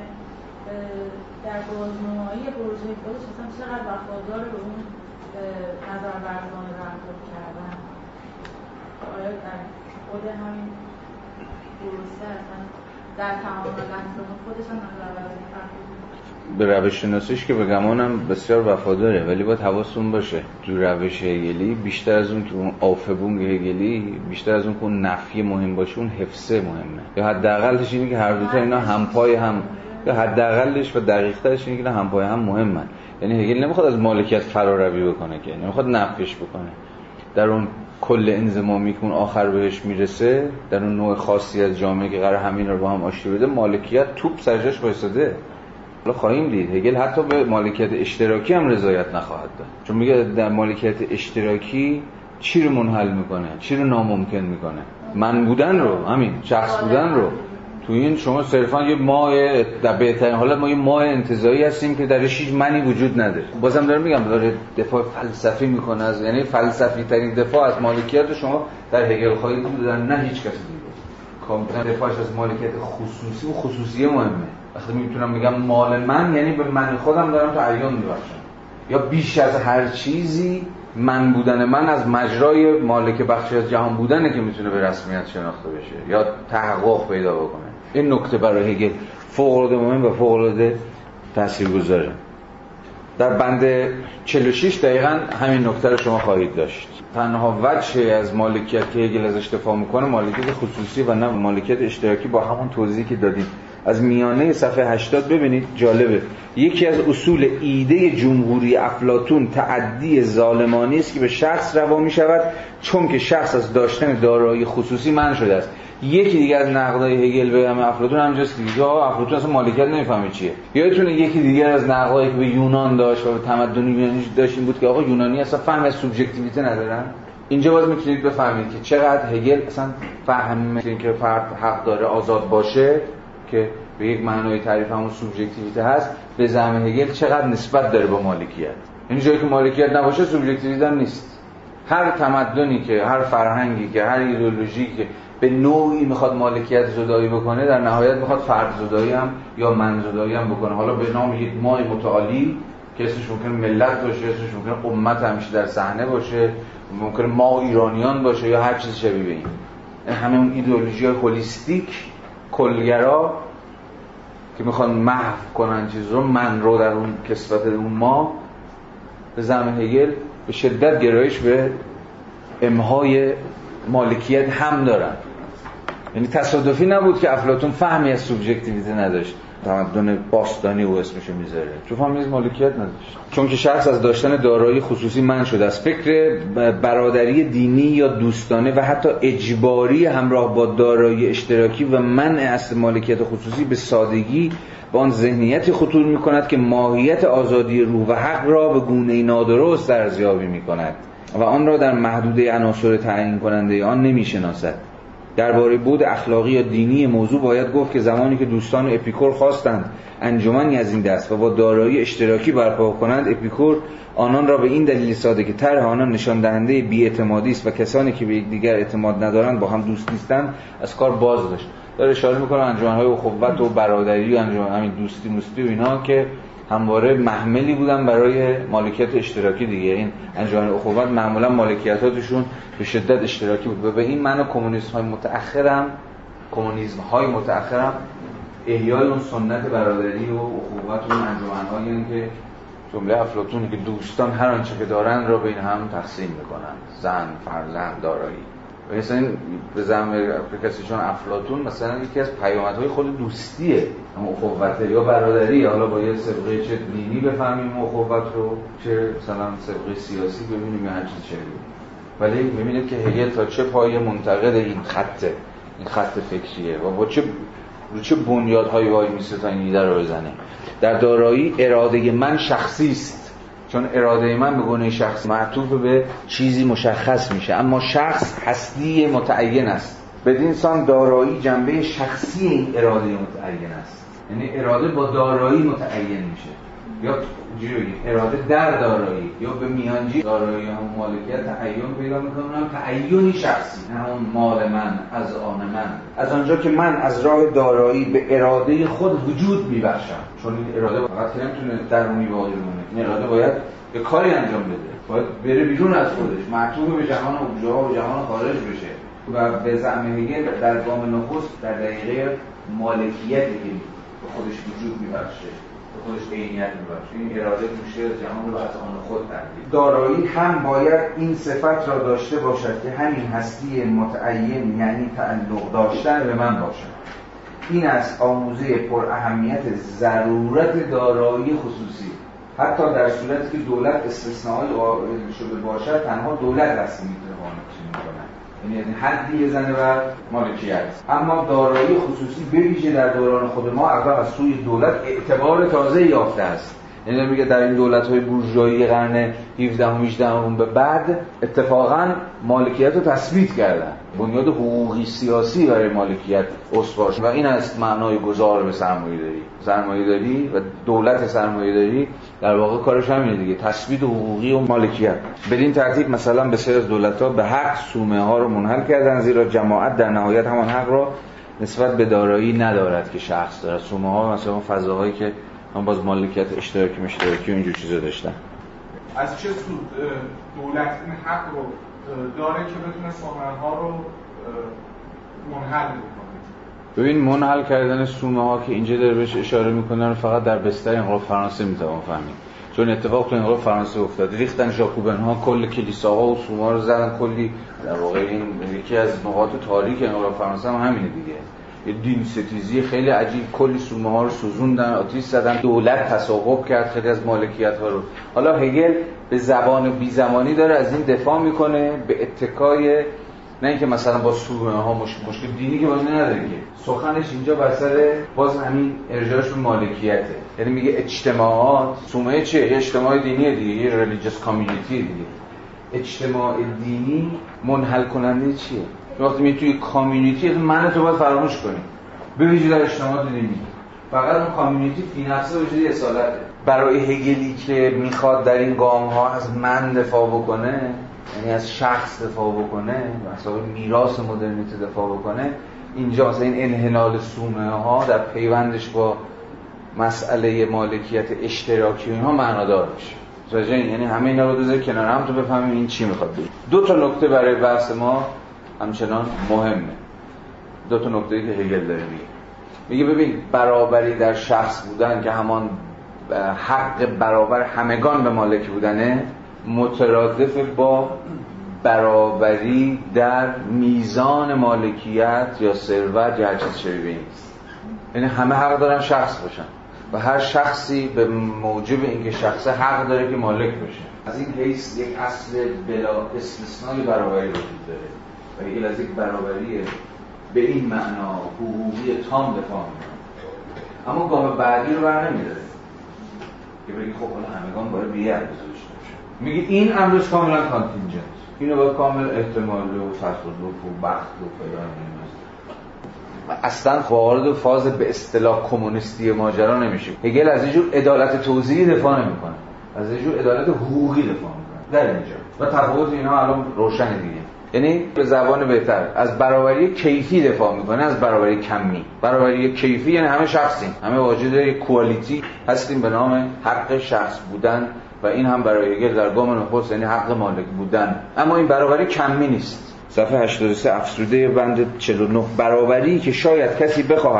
در بازنمایی پروژه خودش مثلا چقدر وفادار به اون نظر برداران برخورد کردن، آیا در خود همین پروسه اصلا در تمام لحظات خودش هم نظر برداری برخورد به روش شناسیش که به گمانم بسیار وفاداره، ولی باید حواستون باشه تو روش هگلی بیشتر از اون که اون آفبونگ هگلی، بیشتر از اون که اون نفی مهم باشه اون حفظه مهمه، یا حداقلش اینه که هر دوتا اینا همپای هم، یا حداقلش و دقیق‌ترش اینه که همپای هم مهمن. یعنی هگل نمیخواد از مالکیت فراروی بکنه، که نمیخواد نفیش بکنه. در اون کل انضمامی که اون آخر بهش میرسه، در اون نوع خاصی از جامعه که قرار همین رو با هم آشتی بده، مالکیت توپ سرجاش وایساده. حالا خواهیم دید هگل حتی به مالکیت اشتراکی هم رضایت نخواهد داد، چون میگه در مالکیت اشتراکی چی رو منحل میکنه، چی رو ناممکن میکنه، من بودن رو، همین شخص بودن رو. تو این شما صرفا یه ماه در بهترین حالت ما یه ماه انتزاعی هستیم که درش هیچ منی وجود نداره. بازم دارم میگم داره دفاع فلسفی میکنه از، یعنی فلسفی ترین دفاع از مالکیت شما در هگل خواهید بود، در نه هیچ کسی دیگه. کاملا دفاعش از مالکیت خصوصی و خصوصیه مهمه. وقتی میتونم بگم مال من، یعنی به من خودم دارم تعین میبخشم، یا بیش از هر چیزی من بودن من از مجرای مالک بخشی از جهان بودنه که میتونه به رسمیت شناخته بشه یا تحقق پیدا بکنه. این نکته برای هگل فوق‌العاده مهم و فوق‌العاده تاثیرگذاره. در بند 46 دقیقاً همین نکته رو شما خواهید داشت. تنها وجه از مالکیت که هگل ازش دفاع میکنه مالکیت خصوصی و نه مالکیت اشتراکی، با همون توضیحی که دادیم. از میانه صفحه 80 ببینید، جالبه. یکی از اصول ایده جمهوری افلاطون تعدی ظالمانی است که به شخص روا می شود چون که شخص از داشتن دارایی خصوصی منع شده است. یکی دیگه از نقدای هگل به افلاطون همینجاست که دیگه افلاطون اصلا مالکیت نمیفهمه چیه. یادتونه یکی دیگه از نقدایی که به یونان داشت و به تمدن یونانی داشت این بود که آقا یونانی اصلا فهم از سوبژکتیویته ندارن. اینجا باز میتونید بفهمید که چقدر هگل اصلا فهم اینکه فرد حق داره آزاد باشه، که به یک معنای تعریف همون سوبژکتیویته هست، به زعم هگل چقدر نسبت داره با مالکیت. این جایی که مالکیت نباشه سوبژکتیویته نیست. هر تمدنی که، هر فرهنگی که، هر ایدئولوژی که به نوعی میخواد مالکیت زدایی بکنه، در نهایت میخواد فرد زدایی هم یا من زدایی هم بکنه. حالا به نام یک مای متعالی که اسمش ممکنه ملت باشه، اسمش ممکنه امت همیشه در صحنه باشه، ممکنه ما ایرانیان باشه یا هر چیز شبیه به این. همه اون ایدئولوژی‌های هولیستیک کلگرا که میخوان محو کنن چیز رو، من رو در اون کسوت اون ما، به زعم هگل به شدت گرایش به امهای مالکیت هم دارن. یعنی تصادفی نبود که افلاطون فهمی از سوبژکتیویته نداشت، تمدن باستانی و اسمشو میذاره، چون فهمی از مالکیت نداشت، چون که شخص از داشتن دارایی خصوصی منع شده است. فکر برادری دینی یا دوستانه و حتی اجباری همراه با دارایی اشتراکی و منع اصل مالکیت خصوصی به سادگی به آن ذهنیتی خطور می‌کند که ماهیت آزادی روح و حق را به گونه‌ای نادرست ارزیابی می‌کند و آن را در محدوده عناصر تعیین کننده آن نمی‌شناسد. درباره بود اخلاقی یا دینی موضوع باید گفت که زمانی که دوستان اپیکور خواستند انجمنی از این دست و با دارایی اشتراکی برپا کنند، اپیکور آنان را به این دلیل ساده که طرح آنان نشان دهنده بی‌اعتمادی است و کسانی که به یکدیگر اعتماد ندارند با هم دوست نیستند از کار باز داشت. داره اشاره میکنه انجمن‌های اخوت و برادری و انجمن همین دوستی و اینا که همواره محملی بودن برای مالکیت اشتراکی دیگه. این انجمن اخوت معمولا مالکیتاتشون به شدت اشتراکی بود و به این معنی کمونیسم های متأخرم احیای اون سنت برادری و اخوت و انجمن‌هایی که جمله افلاطونه که دوستان هر آنچه که دارند را بین هم تقسیم میکنند، زن، فرزند، دارایی. و مثلا به زعم کسی چون افلاطون مثلا یکی از پیامدهای خود دوستیه، اما اخوت یا برادری، حالا با یه سابقه چه دینی بفهمیم اخوت رو، چه مثلا سابقه سیاسی ببینیم یا هر چیز چه ببینیم. ولی می‌بینید که هگل تا چه پایه منتقد این خط فکریه و با چه بنیادهایی وای میسته تا این ایده رو بزنه. در دارایی اراده من شخصی است، چون اراده من به گونه شخص معطوف به چیزی مشخص میشه، اما شخص هستی متعین است. بدین سان دارایی جنبه شخصی این اراده متعین است، یعنی اراده با دارایی متعین میشه، یا جوری اراده در دارایی یا به میانجی دارایی هم مالکیت تعین پیدا میکنه، هم تعینی شخصی، نه اون مال من از آن من، از آنجا که من از راه دارایی به اراده خود وجود میبخشم، چون این اراده فقط نمیتونه درونی باقی بمونه، این اراده باید به کاری انجام بده، باید بره بیرون از خودش، معطوف به جهان ابژه ها و جهان خارج بشه. و به زعم هگل در گام نخست در دقیقه مالکیتی که به خودش وجود میبخشه، خودش عینیت میبخشه، این اراده گوشه جهان رو از آن خود تبدیل. دارایی هم باید این صفت را داشته باشد که همین هستی متعین یعنی تعلق داشتن به من باشد. این است آموزه پر اهمیت ضرورت دارایی خصوصی. حتی در صورتی که دولت استثنایی قائل شده باشد، تنها دولت است که میتونه قانونی کنه، یعنی حدی بزنه و مالکیت. اما دارایی خصوصی به ویژه در دوران خود ما اغلب از سوی دولت اعتبار تازه یافته است. یعنی میگه در این دولت‌های بورژوایی قرن 17 و 18 به بعد اتفاقاً مالکیت رو تثبیت کردن، بنیاد حقوقی سیاسی برای مالکیت استوار شد و این است معنای گذار به سرمایه‌داری و دولت سرمایه‌داری در واقع کارش همینه دیگه، تثبیت حقوقی و مالکیت. بدین ترتیب مثلا بسیاری از دولت‌ها به حق صومعه‌ها رو منحل کردن، زیرا جماعت در نهایت همان حق را نسبت به دارایی ندارد که شخص دارد. صومعه‌ها مثلا فضاهایی که من باز مالکیت اشتراکی و اینجور چیزا داشتن. از چه سود دولت این حق رو داره که بتونه صومعه‌ها رو منحل بکنه؟ ببین منحل کردن صومعه‌ها که اینجا داره بهش اشاره میکنن فقط در بستر انقلاب فرانسه میتوان فهمید، چون اتفاق تو انقلاب فرانسه افتاد، ریختن ژاکوبن‌ها کل کلیساها و صومعه‌ها رو زدن، کلی در واقع این یکی از نقاط تاریک انقلاب فرانسه هم همینه دیگه، یه دین ستیزی خیلی عجیب، کلی صومعه‌ها رو سوزوندن، آتش زدن، دولت تصاحب کرد خیلی از مالکیت‌ها رو. حالا هگل به زبان بی‌زمانی داره از این دفاع میکنه به اتکای، نه اینکه مثلا با صومعه‌ها مشکل دینی که باشه نداره، که سخنش اینجا بر سر باز همین ارجاعش به مالکیته، یعنی میگه اجتماعات، صومعه چیه؟ یه اجتماع دینیه دیگه، یه ریلیجیوس کامیونیتی دیگه. اجتماع دینی منحل کننده چیه؟ وقتی می توی کامیونیتی من تو باید فراموش کنی، به ویژه در اجتماعات دینی فقط اون کامیونیتی فی نفسه وجودی اصالته. برای هگلی که میخواد در این گام ها از من دفاع بکنه، یعنی از شخص دفاع بکنه، مثلا میراث مدرنیته دفاع بکنه، اینجا مثلا این انحلال صومعه ها در پیوندش با مسئله مالکیت اشتراکی و اینها معنادار میشه. یعنی همه اینا رو بذار کنار هم تو بفهمیم این چی میخواد بگه. دو تا نکته برای بحث ما همچنان مهمه، دو تا نکته‌ای که هگل داره میگه ببین برابری در شخص بودن که همان حق برابر همگان به مالک بودنه، مترادف با برابری در میزان مالکیت یا ثروت یا هر چیز شبیه این است. یعنی همه حق دارن شخص باشن و هر شخصی به موجب اینکه شخص حق داره که مالک بشه. از این حیث یک اصل بلا استثنایی برابری وجود داره و هگل از یک برابری به این معنا حقوقی تام دفاع میکنه، اما گام بعدی رو بر نمیداره که بگی خب حالا همگان باید به یه عرضه داشته باشه. میگه این امرش کاملا کانتینجنت، اینو باید کامل احتمال و تصادف و بخت و فلان اصلا وارد فاز به اصطلاح کمونیستی ماجرا نمیشه. هگل از اینجور عدالت توزیعی دفاع نمیکنه، از اینجور عدالت حقوقی دفاع میکنه در اینجا و تفاوت اینا الان روشنه دیگه. یعنی به زبان بهتر از برابری کیفی دفاع میکنه از برابری کمی. برابری کیفی یعنی همه شخصیم، همه واجد یک کوالیتی هستیم به نام حق شخص بودن و این هم برای هگل در گام نخست یعنی حق مالک بودن، اما این برابری کمی نیست. صفحه 83 افسوده بند 49 برابری که شاید کسی بخواهد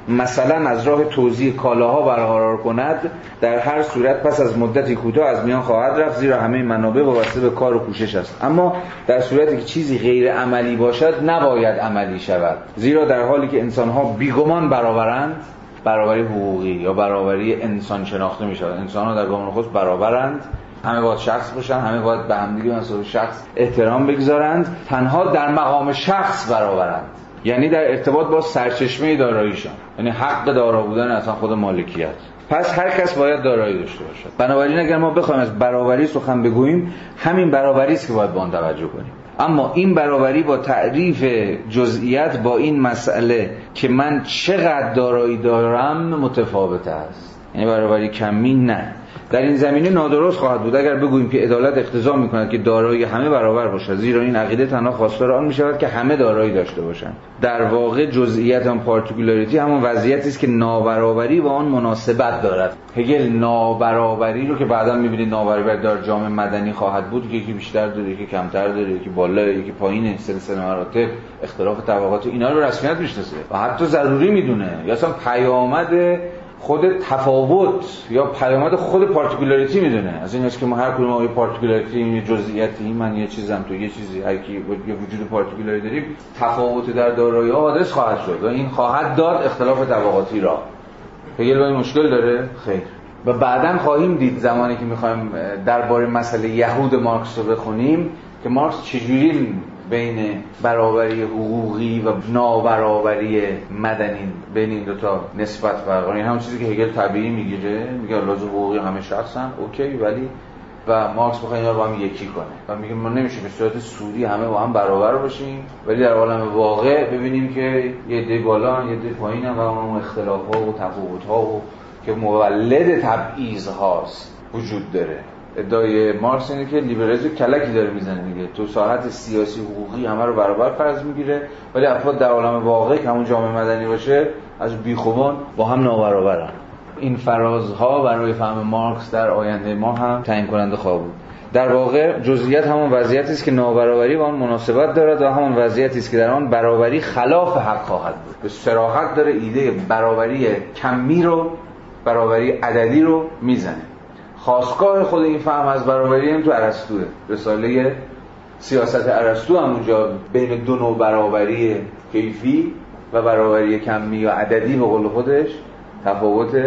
مثلا از راه توزیع کالاها برقرار کند، در هر صورت پس از مدتی کوتاه از میان خواهد رفت، زیرا همه منابع وابسته به کار و کوشش است. اما در صورتی که چیزی غیر عملی باشد نباید عملی شود، زیرا در حالی که انسان‌ها بیگمان برابرند، برابری حقوقی یا برابری انسان شناخته می‌شود. انسان‌ها در گام نخست برابرند، همه باید شخص باشن، همه باید به همدیگه مثل شخص احترام بگذارند، تنها در مقام شخص برابرند، یعنی در ارتباط با سرچشمه داراییشان، یعنی حق دارا بودن اصلا خود مالکیت. پس هر کس باید دارایی داشته باشد. بنابراین اگر ما بخوایم از برابری سخن بگوییم، همین برابری است که باید به آن توجه کنیم. اما این برابری با تعریف جزئیات با این مسئله که من چقدر دارایی دارم متفاوت است. یعنی برابری کمی نه. در این زمینه نادرست خواهد بود اگر بگوییم که عدالت اقتضا می‌کند که دارایی همه برابر باشد، زیرا این عقیده تنها خواستار آن می‌شود که همه دارایی داشته باشند. در واقع جزئیات هم پارتیکولاریتی همون وضعیتی است که نابرابری با آن مناسبت دارد. هگل نابرابری رو که بعداً می‌بینید نابرابری در جامعه مدنی خواهد بود، یکی بیشتر داره، یکی کمتر داره، یکی بالا، یکی پایینه، سلسله مراتب، اختلاف طبقات، اینا رو رسمیت می‌شناسه و حتی ضروری می‌دونه، یا اصلا پیامد خود تفاوت یا پیامد خود پارتیکولاریتی میدونه. از این است که ما هر کدوم یه پارتیکولاریتی، یه جزئیاتی، من یه چیزم تو یه چیزی، هر کی یه وجود پارتیکولاری داریم، تفاوت در دارایی‌ها حادث خواهد شد و این خواهد داد اختلاف طبقاتی را. هگل با این مشکل داره؟ خیر. و بعداً خواهیم دید زمانی که می‌خوایم درباره مسئله یهود مارکس رو بخونیم که مارکس چجوری بین برابری حقوقی و نابرابری مدنی بین این دو تا نسبت برقرار. این همون چیزی که هگل طبیعی میگیره، میگه لازم حقوقی همه شخصن، اوکی، ولی و مارکس بخواد اینا رو با هم یکی کنه و میگه ما نمیشه به صورت سودی همه با هم برابر باشیم، ولی در عالم واقع ببینیم که یه عده بالا، یه عده پایینن و اون اختلاف‌ها و تفاوت‌ها و که مولد تبعیض هاست وجود داره. ادعای مارکس اینه که لیبرالیسم کلکی داره میزنه دیگه، تو ساحت سیاسی حقوقی همه رو برابر فرض میگیره، ولی افراد در عالم واقع که همون جامعه مدنی باشه از بیخوبان با هم نابرابرن. این فرازها برای فهم مارکس در آینده ما هم تعیین کننده خواهد بود. در واقع جزئیات همون وضعیتی است که نابرابری با آن مناسبت دارد و همون وضعیتی است که در آن برابری خلاف حق خواهد بود. به صراحت داره ایده برابری کمی رو، برابری عددی رو میزنه. خاستگاه خود این فهم از برابری هم تو ارسطوئه. رساله سیاست ارسطو هم اونجا بین دو نوع برابری کیفی و برابری کمی یا عددی به قول خودش تفاوت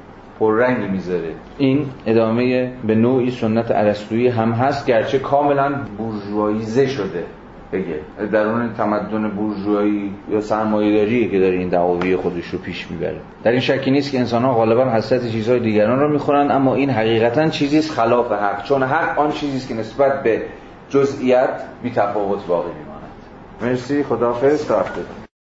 پررنگی میذاره. این ادامه به نوعی سنت ارسطویی هم هست، گرچه کاملا بورژواییزه شده. بگه درون تمدن بورژوایی یا سرمایه‌داری که داره این دعاوی خودش رو پیش میبره. در این شکی نیست که انسان‌ها غالبا حسرت چیزهای دیگران رو میخورن، اما این حقیقتاً چیزی است خلاف حق، چون حق آن چیزی است که نسبت به جزئیات بی تفاوت باقی میماند. مرسی، خداحافظ، تا هفته.